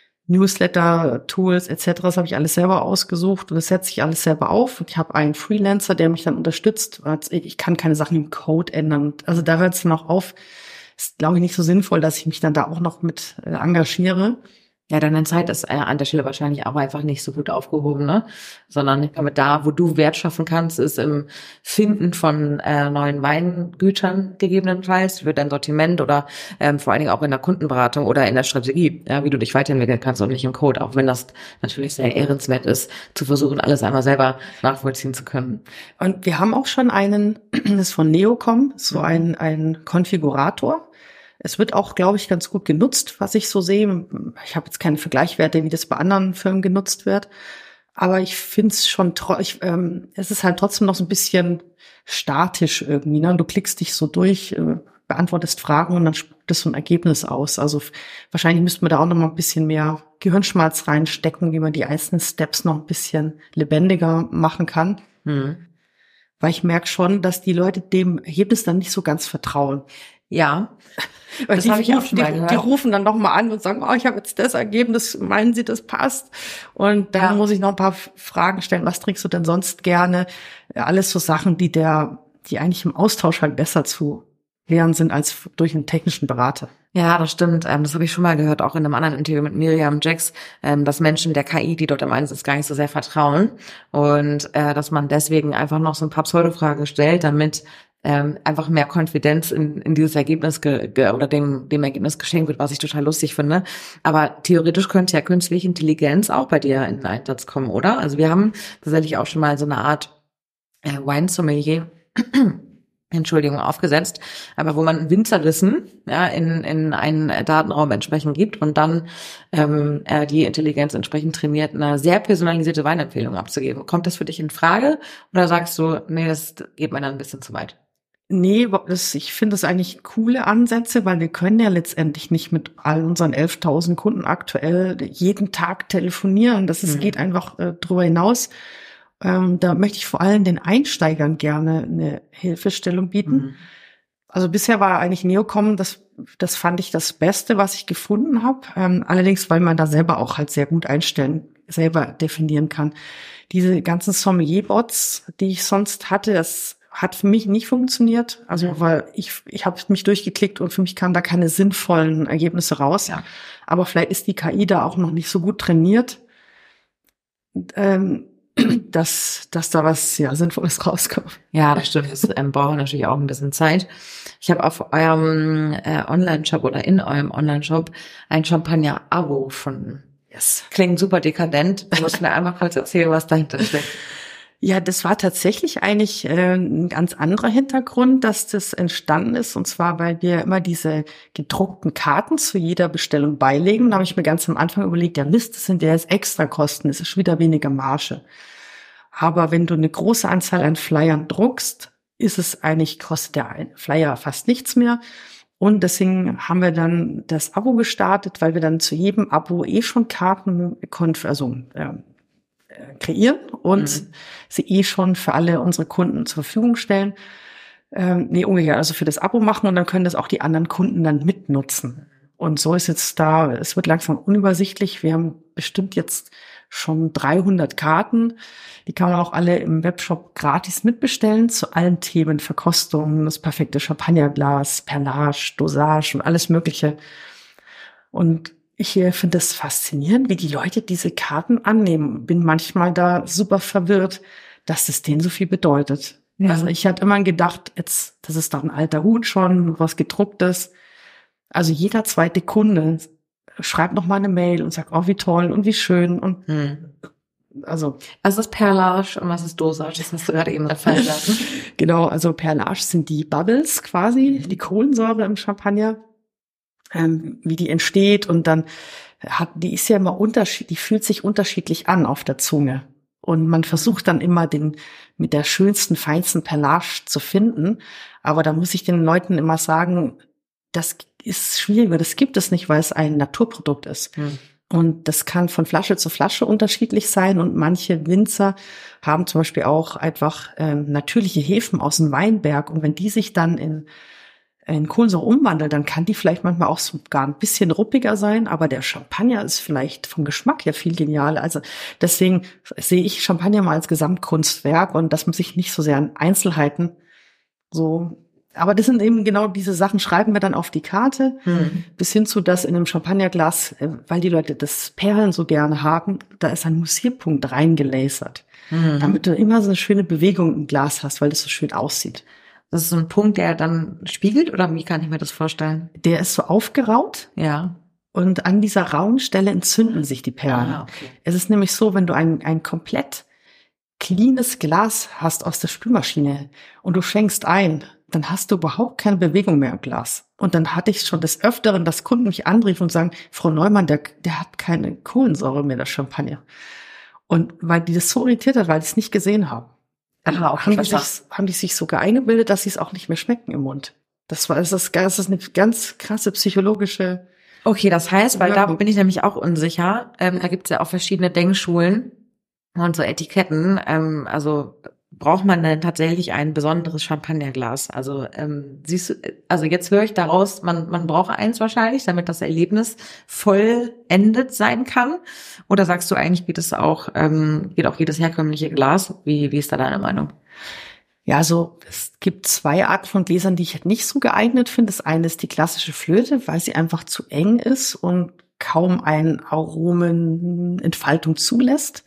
B: Newsletter, Tools et cetera. Das habe ich alles selber ausgesucht und das setze ich alles selber auf. Ich habe einen Freelancer, der mich dann unterstützt. Ich kann keine Sachen im Code ändern. Also da hört es dann auch auf. Ist, glaube ich, nicht so sinnvoll, dass ich mich dann da auch noch mit äh, engagiere.
A: Ja, deine Zeit ist äh, an der Stelle wahrscheinlich auch einfach nicht so gut aufgehoben, ne? Sondern ich glaube, da, wo du Wert schaffen kannst, ist im Finden von äh, neuen Weingütern gegebenenfalls für dein Sortiment oder ähm, vor allen Dingen auch in der Kundenberatung oder in der Strategie, ja, wie du dich weiterentwickeln kannst und nicht im Code, auch wenn das natürlich sehr ehrenswert ist, zu versuchen, alles einmal selber nachvollziehen zu können.
B: Und wir haben auch schon einen, das ist von Neocom, so ein, ein Konfigurator. Es wird auch, glaube ich, ganz gut genutzt, was ich so sehe. Ich habe jetzt keine Vergleichswerte, wie das bei anderen Firmen genutzt wird. Aber ich finde es schon, tro- ich, ähm, es ist halt trotzdem noch so ein bisschen statisch irgendwie. Ne? Du klickst dich so durch, äh, beantwortest Fragen und dann spuckt es so ein Ergebnis aus. Also f- wahrscheinlich müsste man da auch noch mal ein bisschen mehr Gehirnschmalz reinstecken, wie man die einzelnen Steps noch ein bisschen lebendiger machen kann.
A: Hm.
B: Weil ich merke schon, dass die Leute dem Ergebnis dann nicht so ganz vertrauen.
A: Ja,
B: Weil das habe ich auch schon mal gehört. Die rufen dann noch mal an und sagen, oh, ich habe jetzt das Ergebnis, meinen Sie, das passt? Und dann ja. muss ich noch ein paar Fragen stellen, was trinkst du denn sonst gerne? Alles so Sachen, die der, die eigentlich im Austausch halt besser zu lernen sind als durch einen technischen Berater.
A: Ja, das stimmt. Ähm, das habe ich schon mal gehört, auch in einem anderen Interview mit Miriam Jax, ähm, dass Menschen der K I, die dort im Einsatz ist, gar nicht so sehr vertrauen und äh, dass man deswegen einfach noch so ein paar Pseudofragen stellt, damit ähm, einfach mehr Konfidenz in, in dieses Ergebnis ge, ge, oder dem, dem Ergebnis geschenkt wird, was ich total lustig finde. Aber theoretisch könnte ja künstliche Intelligenz auch bei dir in den Einsatz kommen, oder? Also wir haben tatsächlich auch schon mal so eine Art äh, Wine-Sommelier Entschuldigung, aufgesetzt, aber wo man Winzerwissen ja, in, in einen Datenraum entsprechend gibt und dann ähm, äh, die Intelligenz entsprechend trainiert, eine sehr personalisierte Weinempfehlung abzugeben. Kommt das für dich in Frage oder sagst du, nee, das geht mir dann ein bisschen zu weit?
B: Nee, das, ich finde das eigentlich coole Ansätze, weil wir können ja letztendlich nicht mit all unseren elftausend Kunden aktuell jeden Tag telefonieren. Das ist, mhm. geht einfach äh, drüber hinaus. Ähm, da möchte ich vor allem den Einsteigern gerne eine Hilfestellung bieten. Mhm. Also bisher war eigentlich Neocom, das, das fand ich das Beste, was ich gefunden habe. Ähm, allerdings, weil man da selber auch halt sehr gut einstellen, selber definieren kann. Diese ganzen Sommelier-Bots, die ich sonst hatte, das hat für mich nicht funktioniert. Also weil ich ich habe mich durchgeklickt und für mich kamen da keine sinnvollen Ergebnisse raus.
A: Ja.
B: Aber vielleicht ist die K I da auch noch nicht so gut trainiert, ähm, dass dass da was ja Sinnvolles rauskommt.
A: Ja, das stimmt. Das ähm, braucht natürlich auch ein bisschen Zeit. Ich habe auf eurem äh, Online-Shop oder in eurem Online-Shop ein Champagner-Abo gefunden.
B: Yes.
A: Klingt super dekadent. Du musst mir einmal kurz erzählen, was dahinter steckt.
B: Ja, das war tatsächlich eigentlich äh, ein ganz anderer Hintergrund, dass das entstanden ist. Und zwar, weil wir immer diese gedruckten Karten zu jeder Bestellung beilegen. Da habe ich mir ganz am Anfang überlegt, ja Mist, das sind ja jetzt Extrakosten, das ist schon wieder weniger Marge. Aber wenn du eine große Anzahl an Flyern druckst, ist es eigentlich, kostet der Flyer fast nichts mehr. Und deswegen haben wir dann das Abo gestartet, weil wir dann zu jedem Abo eh schon Karten konf- also, äh, kreieren und mhm. sie eh schon für alle unsere Kunden zur Verfügung stellen. Ähm, nee, umgekehrt, also für das Abo machen und dann können das auch die anderen Kunden dann mitnutzen. Und so ist jetzt da, es wird langsam unübersichtlich. Wir haben bestimmt jetzt schon dreihundert Karten. Die kann man auch alle im Webshop gratis mitbestellen zu allen Themen, Verkostung, das perfekte Champagnerglas, Perlage, Dosage und alles Mögliche. Und ich finde das faszinierend, wie die Leute diese Karten annehmen. Bin manchmal da super verwirrt, dass das denen so viel bedeutet. Ja. Also ich hatte immer gedacht, jetzt, das ist doch ein alter Hut schon, was gedrucktes. Also jeder zweite Kunde schreibt noch mal eine Mail und sagt, oh, wie toll und wie schön. Und hm. also
A: was ist Perlage und was ist Dosage? Das hast du gerade eben fallen lassen.
B: Genau, also Perlage sind die Bubbles quasi, die Kohlensäure im Champagner. Ähm, wie die entsteht und dann hat, die ist ja immer unterschiedlich, die fühlt sich unterschiedlich an auf der Zunge. Und man versucht dann immer den, mit der schönsten, feinsten Perlage zu finden. Aber da muss ich den Leuten immer sagen, das ist schwieriger, das gibt es nicht, weil es ein Naturprodukt ist. Hm. Und das kann von Flasche zu Flasche unterschiedlich sein. Und manche Winzer haben zum Beispiel auch einfach ähm, natürliche Hefen aus dem Weinberg. Und wenn die sich dann in in Kohlensäure umwandelt, dann kann die vielleicht manchmal auch sogar ein bisschen ruppiger sein, aber der Champagner ist vielleicht vom Geschmack her viel genialer. Also deswegen sehe ich Champagner mal als Gesamtkunstwerk und dass man sich nicht so sehr an Einzelheiten so, aber das sind eben genau diese Sachen, schreiben wir dann auf die Karte, hm. bis hin zu, dass in einem Champagnerglas, weil die Leute das Perlen so gerne haben, da ist ein Mussierpunkt reingelasert, hm. damit du immer so eine schöne Bewegung im Glas hast, weil das so schön aussieht.
A: Das ist so ein Punkt, der dann spiegelt, oder wie kann ich mir das vorstellen?
B: Der ist so aufgeraut.
A: Ja.
B: Und an dieser rauen Stelle entzünden sich die Perlen. Ah, okay. Es ist nämlich so, wenn du ein, ein komplett cleanes Glas hast aus der Spülmaschine und du schenkst ein, dann hast du überhaupt keine Bewegung mehr im Glas. Und dann hatte ich schon des Öfteren, dass Kunden mich anriefen und sagen, Frau Neumann, der, der hat keine Kohlensäure mehr, der Champagner. Und weil die das so irritiert hat, weil die es nicht gesehen haben. Aha, auch haben, die sich, haben die sich sogar eingebildet, dass sie es auch nicht mehr schmecken im Mund. Das war, das ist, das ist eine ganz krasse psychologische.
A: Okay, das heißt, weil da bin ich nämlich auch unsicher. Ähm, da gibt's ja auch verschiedene Denkschulen und so Etiketten. Ähm, also braucht man denn tatsächlich ein besonderes Champagnerglas? Also ähm, siehst du, also jetzt höre ich daraus, man man braucht eins wahrscheinlich, damit das Erlebnis vollendet sein kann. Oder sagst du eigentlich, geht es auch, ähm, geht auch jedes herkömmliche Glas? Wie wie ist da deine Meinung?
B: Ja, also es gibt zwei Arten von Gläsern, die ich nicht so geeignet finde. Das eine ist die klassische Flöte, weil sie einfach zu eng ist und kaum eine Aromenentfaltung zulässt.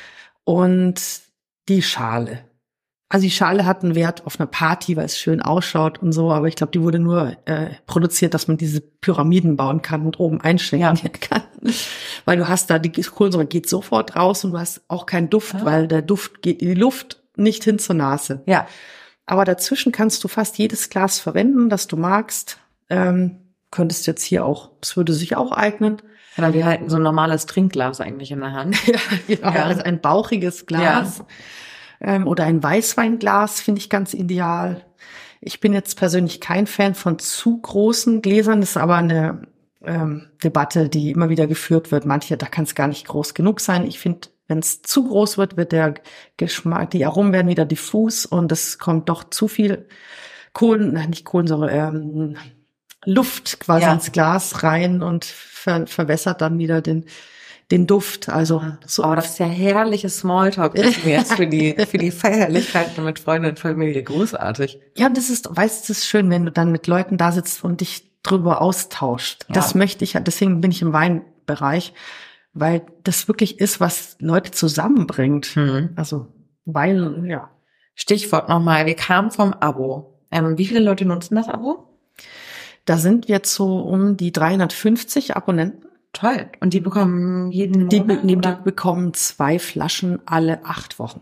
B: Und die Schale. Also die Schale hat einen Wert auf einer Party, weil es schön ausschaut und so, aber ich glaube, die wurde nur äh, produziert, dass man diese Pyramiden bauen kann und oben einschenken ja. kann. Weil du hast da, die Kohlensäure geht sofort raus und du hast auch keinen Duft, ja. weil der Duft geht in die Luft, nicht hin zur Nase.
A: Ja.
B: Aber dazwischen kannst du fast jedes Glas verwenden, das du magst. Ähm, könntest jetzt hier auch, es würde sich auch eignen.
A: Ja, wir halten so ein normales Trinkglas eigentlich in der Hand.
B: ja, genau, ja. Also ein bauchiges Glas. Ja. Ähm, oder ein Weißweinglas finde ich ganz ideal. Ich bin jetzt persönlich kein Fan von zu großen Gläsern. Das ist aber eine ähm, Debatte, die immer wieder geführt wird. Manche, da kann es gar nicht groß genug sein. Ich finde, wenn es zu groß wird, wird der Geschmack, die Aromen werden wieder diffus und es kommt doch zu viel Kohlen, nein, nicht Kohlensäure, ähm, Luft quasi ja. ins Glas rein und ver- verwässert dann wieder den den Duft. Also
A: so. Oh, das ist ja herrliches Smalltalk jetzt für die für die Feierlichkeiten mit Freunden und Familie. Großartig.
B: Ja, das ist, weißt du, das ist schön, wenn du dann mit Leuten da sitzt und dich drüber austauscht. Ja. Das möchte ich, deswegen bin ich im Weinbereich, weil das wirklich ist, was Leute zusammenbringt. Mhm. Also Wein, ja.
A: Stichwort nochmal, wir kamen vom Abo. Ähm, wie viele Leute nutzen das Abo?
B: Da sind wir jetzt so um die dreihundertfünfzig Abonnenten.
A: Toll. Und die bekommen jeden
B: die,
A: Monat?
B: Die, die bekommen zwei Flaschen alle acht Wochen.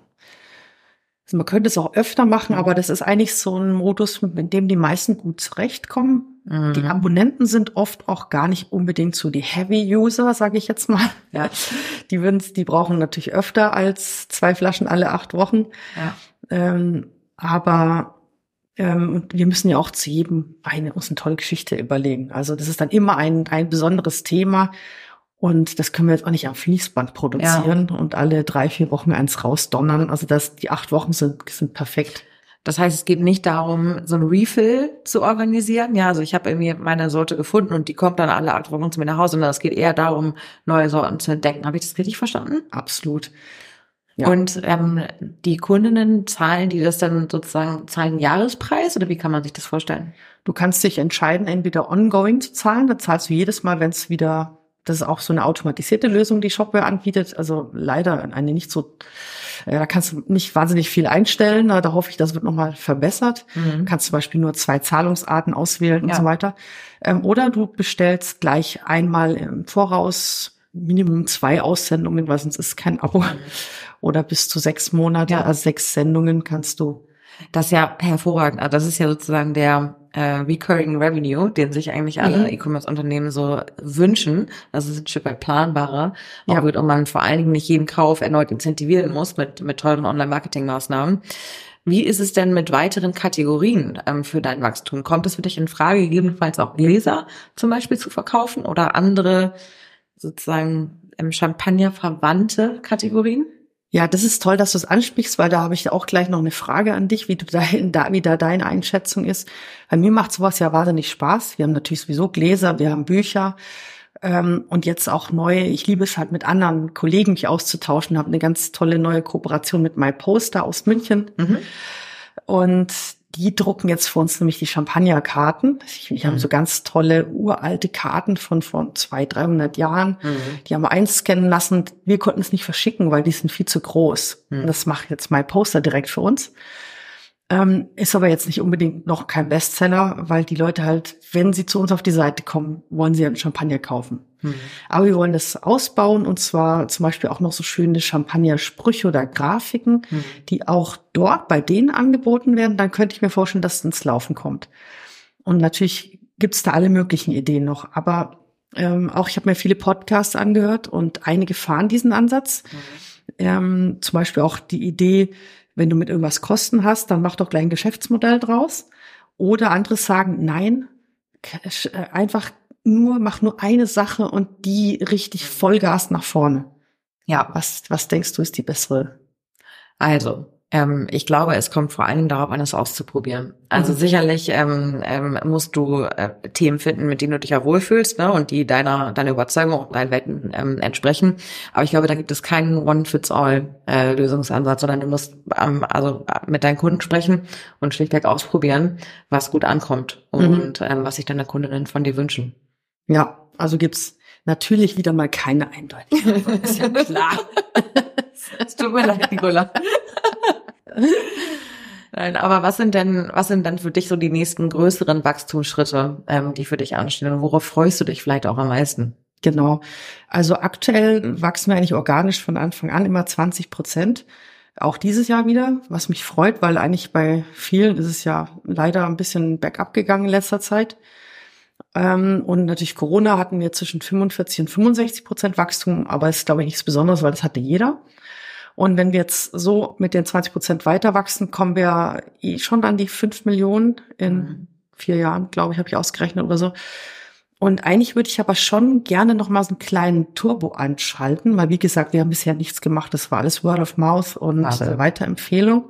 B: Also man könnte es auch öfter machen, aber das ist eigentlich so ein Modus, mit dem die meisten gut zurechtkommen. Mhm. Die Abonnenten sind oft auch gar nicht unbedingt so die Heavy-User, sage ich jetzt mal. Ja. Die würden's, die brauchen natürlich öfter als zwei Flaschen alle acht Wochen. Ja. Ähm, aber ähm, wir müssen ja auch zu jedem Wein uns eine tolle Geschichte überlegen. Also das ist dann immer ein ein besonderes Thema. Und das können wir jetzt auch nicht am Fließband produzieren ja. und alle drei, vier Wochen eins rausdonnern. Also das, die acht Wochen sind, sind perfekt.
A: Das heißt, es geht nicht darum, so ein Refill zu organisieren. Ja, also ich habe irgendwie meine Sorte gefunden und die kommt dann alle acht Wochen zu mir nach Hause. Und es geht eher darum, neue Sorten zu entdecken. Habe ich das richtig verstanden?
B: Absolut.
A: Ja. Und ähm, die Kundinnen zahlen die das dann sozusagen, zahlen einen Jahrespreis oder wie kann man sich das vorstellen?
B: Du kannst dich entscheiden, entweder ongoing zu zahlen. Da zahlst du jedes Mal, wenn es wieder, das ist auch so eine automatisierte Lösung, die Shopware anbietet. Also leider eine nicht so, äh, da kannst du nicht wahnsinnig viel einstellen. Da hoffe ich, das wird nochmal verbessert. Mhm. Du kannst zum Beispiel nur zwei Zahlungsarten auswählen und ja. so weiter. Ähm, oder du bestellst gleich einmal im Voraus Minimum zwei Aussendungen, weil sonst ist es kein Abo. Mhm. Oder bis zu sechs Monate, ja. also sechs Sendungen kannst du.
A: Das ist ja hervorragend. Also das ist ja sozusagen der äh, Recurring Revenue, den sich eigentlich alle mhm. E-Commerce-Unternehmen so wünschen. Das ist ein Stück weit planbarer. Ja. Auch wird, und man vor allen Dingen nicht jeden Kauf erneut incentivieren muss mit mit teuren Online-Marketing-Maßnahmen. Wie ist es denn mit weiteren Kategorien ähm, für dein Wachstum? Kommt es für dich in Frage, gegebenenfalls auch Gläser zum Beispiel zu verkaufen oder andere sozusagen ähm, Champagner-verwandte Kategorien?
B: Ja, das ist toll, dass du es ansprichst, weil da habe ich auch gleich noch eine Frage an dich, wie du da, da wie da deine Einschätzung ist. Bei mir macht sowas ja wahnsinnig Spaß. Wir haben natürlich sowieso Gläser, wir haben Bücher ähm, und jetzt auch neue. Ich liebe es halt mit anderen Kollegen mich auszutauschen. Habe eine ganz tolle neue Kooperation mit MyPoster aus München mhm. und die drucken jetzt für uns nämlich die Champagnerkarten. Wir mhm. haben so ganz tolle uralte Karten von vor zweihundert, dreihundert Jahren. Mhm. Die haben wir einscannen lassen. Wir konnten es nicht verschicken, weil die sind viel zu groß. Mhm. Und das macht jetzt MyPoster direkt für uns. Ähm, ist aber jetzt nicht unbedingt noch kein Bestseller, weil die Leute halt, wenn sie zu uns auf die Seite kommen, wollen sie einen Champagner kaufen. Mhm. Aber wir wollen das ausbauen und zwar zum Beispiel auch noch so schöne Champagner-Sprüche oder Grafiken, mhm. die auch dort bei denen angeboten werden. Dann könnte ich mir vorstellen, dass es ins Laufen kommt. Und natürlich gibt es da alle möglichen Ideen noch. Aber ähm, auch ich habe mir viele Podcasts angehört und einige fahren diesen Ansatz. Mhm. Ähm, zum Beispiel auch die Idee, wenn du mit irgendwas Kosten hast, dann mach doch gleich ein Geschäftsmodell draus. Oder andere sagen, nein, einfach nur, mach nur eine Sache und die richtig Vollgas nach vorne. Ja, was, was denkst du, ist die bessere?
A: Also, ähm, ich glaube, es kommt vor allen Dingen darauf an, es auszuprobieren. Also mhm. sicherlich ähm, ähm, musst du äh, Themen finden, mit denen du dich ja wohlfühlst, ne, und die deiner deiner Überzeugung und deinen Welten ähm, entsprechen. Aber ich glaube, da gibt es keinen One-Fits-All-Lösungsansatz, sondern du musst ähm, also mit deinen Kunden sprechen und schlichtweg ausprobieren, was gut ankommt und mhm. ähm, was sich deine Kundinnen von dir wünschen.
B: Ja, also gibt's natürlich wieder mal keine Eindeutigkeit. Ist ja klar.
A: Es tut mir leid, Nicola. Nein, aber was sind denn, was sind denn für dich so die nächsten größeren Wachstumsschritte, ähm, die für dich anstehen? Und worauf freust du dich vielleicht auch am meisten?
B: Genau. Also aktuell wachsen wir eigentlich organisch von Anfang an immer zwanzig Prozent. Auch dieses Jahr wieder, was mich freut, weil eigentlich bei vielen ist es ja leider ein bisschen bergab gegangen in letzter Zeit. Und natürlich Corona hatten wir zwischen fünfundvierzig und fünfundsechzig Prozent Wachstum, aber es ist, glaube ich, nichts Besonderes, weil das hatte jeder. Und wenn wir jetzt so mit den zwanzig Prozent weiter wachsen, kommen wir eh schon an die fünf Millionen in mhm. vier Jahren, glaube ich, habe ich ausgerechnet oder so. Und eigentlich würde ich aber schon gerne noch mal so einen kleinen Turbo anschalten, weil wie gesagt, wir haben bisher nichts gemacht. Das war alles Word of Mouth und also. äh, Weiterempfehlung.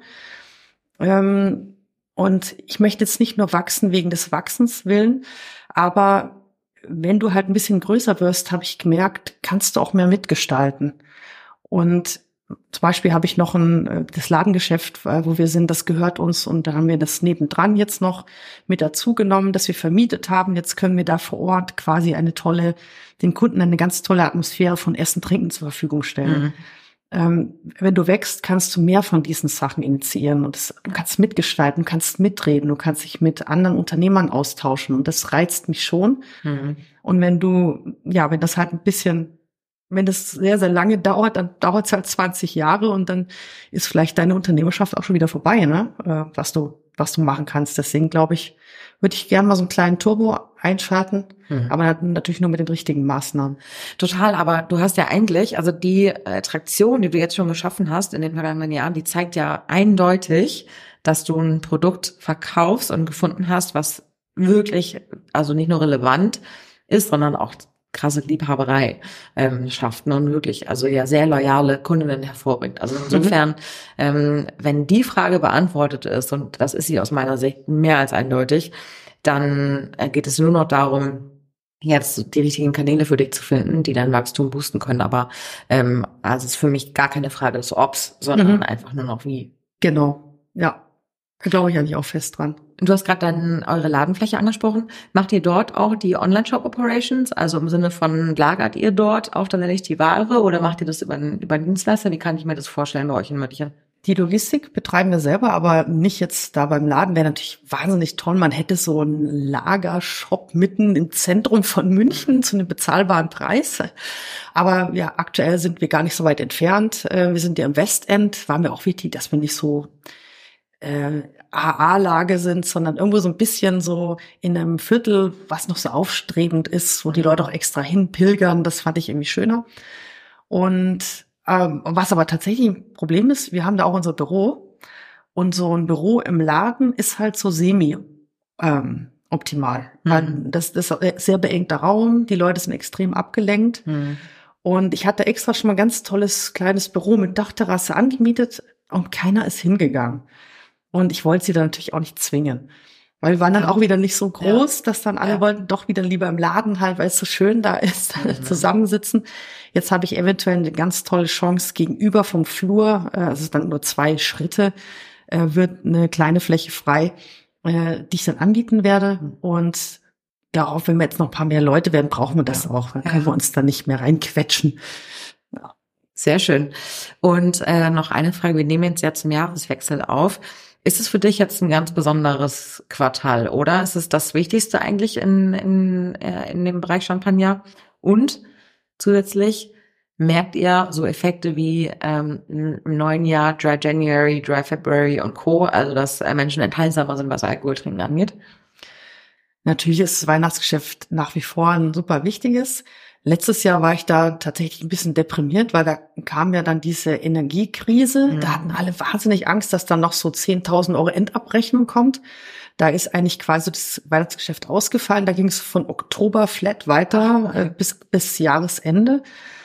B: Ähm, und ich möchte jetzt nicht nur wachsen wegen des Wachsens willen, aber wenn du halt ein bisschen größer wirst, habe ich gemerkt, kannst du auch mehr mitgestalten. Und zum Beispiel habe ich noch ein das Ladengeschäft, wo wir sind, das gehört uns, und da haben wir das nebendran jetzt noch mit dazu genommen, dass wir vermietet haben. Jetzt können wir da vor Ort quasi eine tolle, den Kunden eine ganz tolle Atmosphäre von Essen, Trinken zur Verfügung stellen. Mhm. Ähm, wenn du wächst, kannst du mehr von diesen Sachen initiieren, und das, du kannst mitgestalten, du kannst mitreden, du kannst dich mit anderen Unternehmern austauschen, und das reizt mich schon. Mhm. Und wenn du, ja, wenn das halt ein bisschen Wenn das sehr, sehr lange dauert, dann dauert es halt zwanzig Jahre, und dann ist vielleicht deine Unternehmerschaft auch schon wieder vorbei, ne? Äh, was du, was du machen kannst. Deswegen glaube ich, würde ich gerne mal so einen kleinen Turbo einschalten, mhm. aber natürlich nur mit den richtigen Maßnahmen.
A: Total, aber du hast ja eigentlich, also die äh, Traktion, die du jetzt schon geschaffen hast in den vergangenen Jahren, die zeigt ja eindeutig, dass du ein Produkt verkaufst und gefunden hast, was wirklich, also nicht nur relevant ist, sondern auch krasse Liebhaberei ähm, schafft, ne, und wirklich, also ja, sehr loyale Kundinnen hervorbringt. Also insofern, mhm. ähm, wenn die Frage beantwortet ist, und das ist sie aus meiner Sicht mehr als eindeutig, dann äh, geht es nur noch darum, jetzt die richtigen Kanäle für dich zu finden, die dein Wachstum boosten können. Aber ähm, also es ist für mich gar keine Frage des Obs, sondern mhm. einfach nur noch wie.
B: Genau, ja. Da glaube ich eigentlich auch fest dran.
A: Du hast gerade dann eure Ladenfläche angesprochen. Macht ihr dort auch die Online-Shop-Operations? Also im Sinne von, lagert ihr dort auch tatsächlich die Ware, oder macht ihr das über, über Dienstleister? Wie kann ich mir das vorstellen bei euch in München?
B: Die Logistik betreiben wir selber, aber nicht jetzt da beim Laden. Wäre natürlich wahnsinnig toll. Man hätte so einen Lagershop mitten im Zentrum von München zu einem bezahlbaren Preis. Aber ja, aktuell sind wir gar nicht so weit entfernt. Wir sind ja im Westend. War mir auch wichtig, dass wir nicht so äh, A A-Lage sind, sondern irgendwo so ein bisschen so in einem Viertel, was noch so aufstrebend ist, wo die Leute auch extra hinpilgern. Das fand ich irgendwie schöner. Und ähm, was aber tatsächlich ein Problem ist, wir haben da auch unser Büro, und so ein Büro im Laden ist halt so semi ähm, optimal. Mhm. Das, das ist ein sehr beengter Raum, die Leute sind extrem abgelenkt. Mhm. Und ich hatte extra schon mal ein ganz tolles kleines Büro mit Dachterrasse angemietet, und keiner ist hingegangen. Und ich wollte sie dann natürlich auch nicht zwingen, weil wir waren dann auch wieder nicht so groß, ja. dass dann alle ja. wollten doch wieder lieber im Laden halt, weil es so schön da ist, mhm. zusammensitzen. Jetzt habe ich eventuell eine ganz tolle Chance gegenüber vom Flur, äh, also es ist dann nur zwei Schritte, äh, wird eine kleine Fläche frei, äh, die ich dann anbieten werde. Und darauf, wenn wir jetzt noch ein paar mehr Leute werden, brauchen wir das ja. auch. Dann können ja. wir uns da nicht mehr reinquetschen.
A: Ja. Sehr schön. Und äh, noch eine Frage, wir nehmen jetzt ja zum Jahreswechsel auf. Ist es für dich jetzt ein ganz besonderes Quartal, oder? Ist es das Wichtigste eigentlich in, in, in dem Bereich Champagner? Und zusätzlich merkt ihr so Effekte wie ähm, im neuen Jahr Dry January, Dry February und Co., also dass äh, Menschen enthaltsamer sind, was Alkoholtrinken angeht?
B: Natürlich ist das Weihnachtsgeschäft nach wie vor ein super wichtiges. Letztes Jahr war ich da tatsächlich ein bisschen deprimiert, weil da kam ja dann diese Energiekrise. Mhm. Da hatten alle wahnsinnig Angst, dass dann noch so zehntausend Euro Endabrechnung kommt. Da ist eigentlich quasi das Weihnachtsgeschäft ausgefallen. Da ging es von Oktober flat weiter äh, bis, bis Jahresende.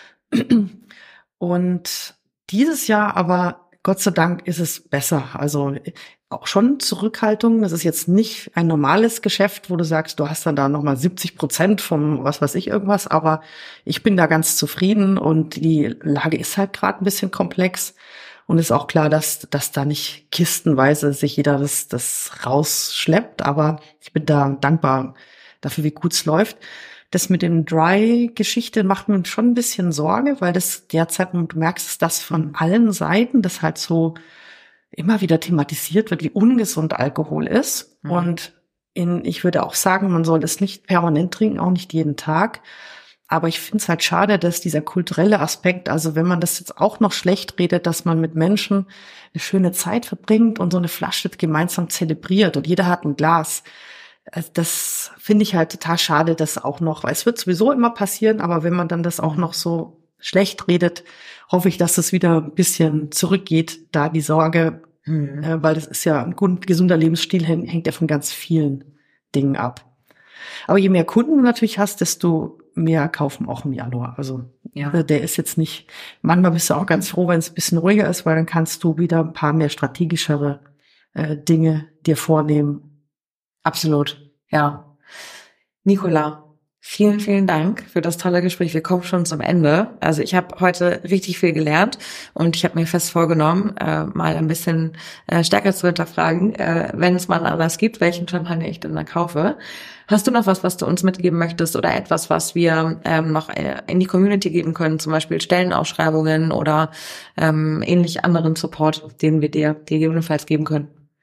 B: Und dieses Jahr aber, Gott sei Dank, ist es besser. Also auch schon Zurückhaltung. Das ist jetzt nicht ein normales Geschäft, wo du sagst, du hast dann da nochmal siebzig Prozent vom was weiß ich irgendwas. Aber ich bin da ganz zufrieden, und die Lage ist halt gerade ein bisschen komplex. Und ist auch klar, dass, dass da nicht kistenweise sich jeder das, das rausschleppt. Aber ich bin da dankbar dafür, wie gut es läuft. Das mit dem Dry-Geschichte macht mir schon ein bisschen Sorge, weil das derzeit, du merkst es, das von allen Seiten, das halt so immer wieder thematisiert wird, wie ungesund Alkohol ist. Mhm. Und in, ich würde auch sagen, man soll es nicht permanent trinken, auch nicht jeden Tag. Aber ich finde es halt schade, dass dieser kulturelle Aspekt, also wenn man das jetzt auch noch schlecht redet, dass man mit Menschen eine schöne Zeit verbringt und so eine Flasche gemeinsam zelebriert und jeder hat ein Glas. Das finde ich halt total schade, dass auch noch, weil es wird sowieso immer passieren, aber wenn man dann das auch noch so schlecht redet, hoffe ich, dass es wieder ein bisschen zurückgeht, da die Sorge, mhm. äh, weil das ist ja ein gut, gesunder Lebensstil, hängt ja von ganz vielen Dingen ab. Aber je mehr Kunden du natürlich hast, desto mehr kaufen auch im Januar. Also ja. Der ist jetzt nicht, manchmal bist du auch ganz froh, wenn es ein bisschen ruhiger ist, weil dann kannst du wieder ein paar mehr strategischere äh, Dinge dir vornehmen.
A: Absolut, ja. Nicola, Vielen, vielen Dank für das tolle Gespräch. Wir kommen schon zum Ende. Also ich habe heute richtig viel gelernt und ich habe mir fest vorgenommen, äh, mal ein bisschen äh, stärker zu hinterfragen, äh, wenn es mal anders gibt, welchen Champagner ich denn da kaufe. Hast du noch was, was du uns mitgeben möchtest oder etwas, was wir ähm, noch äh, in die Community geben können, zum Beispiel Stellenausschreibungen oder ähm, ähnlich anderen Support, den wir dir gegebenenfalls geben können?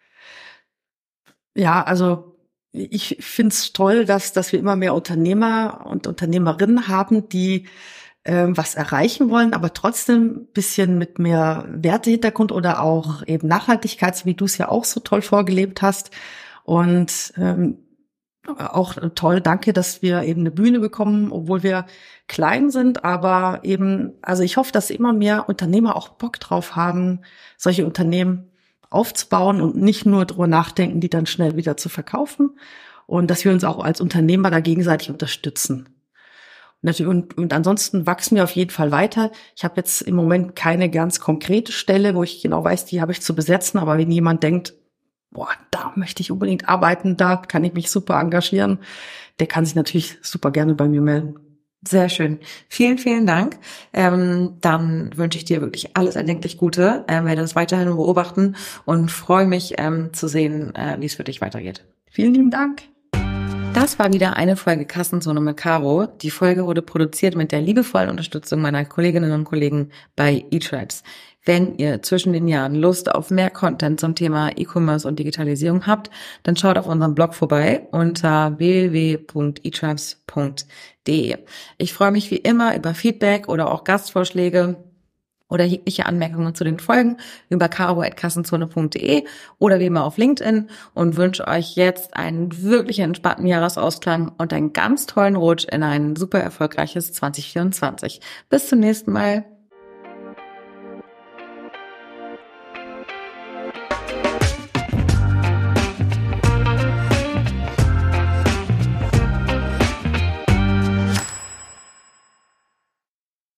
B: Ja, also ich finde es toll, dass, dass wir immer mehr Unternehmer und Unternehmerinnen haben, die ähm, was erreichen wollen, aber trotzdem ein bisschen mit mehr Wertehintergrund oder auch eben Nachhaltigkeit, so wie du es ja auch so toll vorgelebt hast. Und ähm, auch toll, danke, dass wir eben eine Bühne bekommen, obwohl wir klein sind. Aber eben, also ich hoffe, dass immer mehr Unternehmer auch Bock drauf haben, solche Unternehmen aufzubauen und nicht nur drüber nachdenken, die dann schnell wieder zu verkaufen, und dass wir uns auch als Unternehmer da gegenseitig unterstützen. Und, und, und ansonsten wachsen wir auf jeden Fall weiter. Ich habe jetzt im Moment keine ganz konkrete Stelle, wo ich genau weiß, die habe ich zu besetzen, aber wenn jemand denkt, boah, da möchte ich unbedingt arbeiten, da kann ich mich super engagieren, der kann sich natürlich super gerne bei mir melden.
A: Sehr schön. Vielen, vielen Dank. Ähm, dann wünsche ich dir wirklich alles erdenklich Gute. Ähm, werde das weiterhin beobachten und freue mich ähm, zu sehen, äh, wie es für dich weitergeht.
B: Vielen lieben Dank.
A: Das war wieder eine Folge Kassenzone mit Caro. Die Folge wurde produziert mit der liebevollen Unterstützung meiner Kolleginnen und Kollegen bei eTribes. Wenn ihr zwischen den Jahren Lust auf mehr Content zum Thema E-Commerce und Digitalisierung habt, dann schaut auf unserem Blog vorbei unter w w w punkt e tribes punkt d e. Ich freue mich wie immer über Feedback oder auch Gastvorschläge oder jegliche Anmerkungen zu den Folgen über caro at kassenzone punkt d e oder wie immer auf LinkedIn und wünsche euch jetzt einen wirklich entspannten Jahresausklang und einen ganz tollen Rutsch in ein super erfolgreiches zwanzig vierundzwanzig. Bis zum nächsten Mal.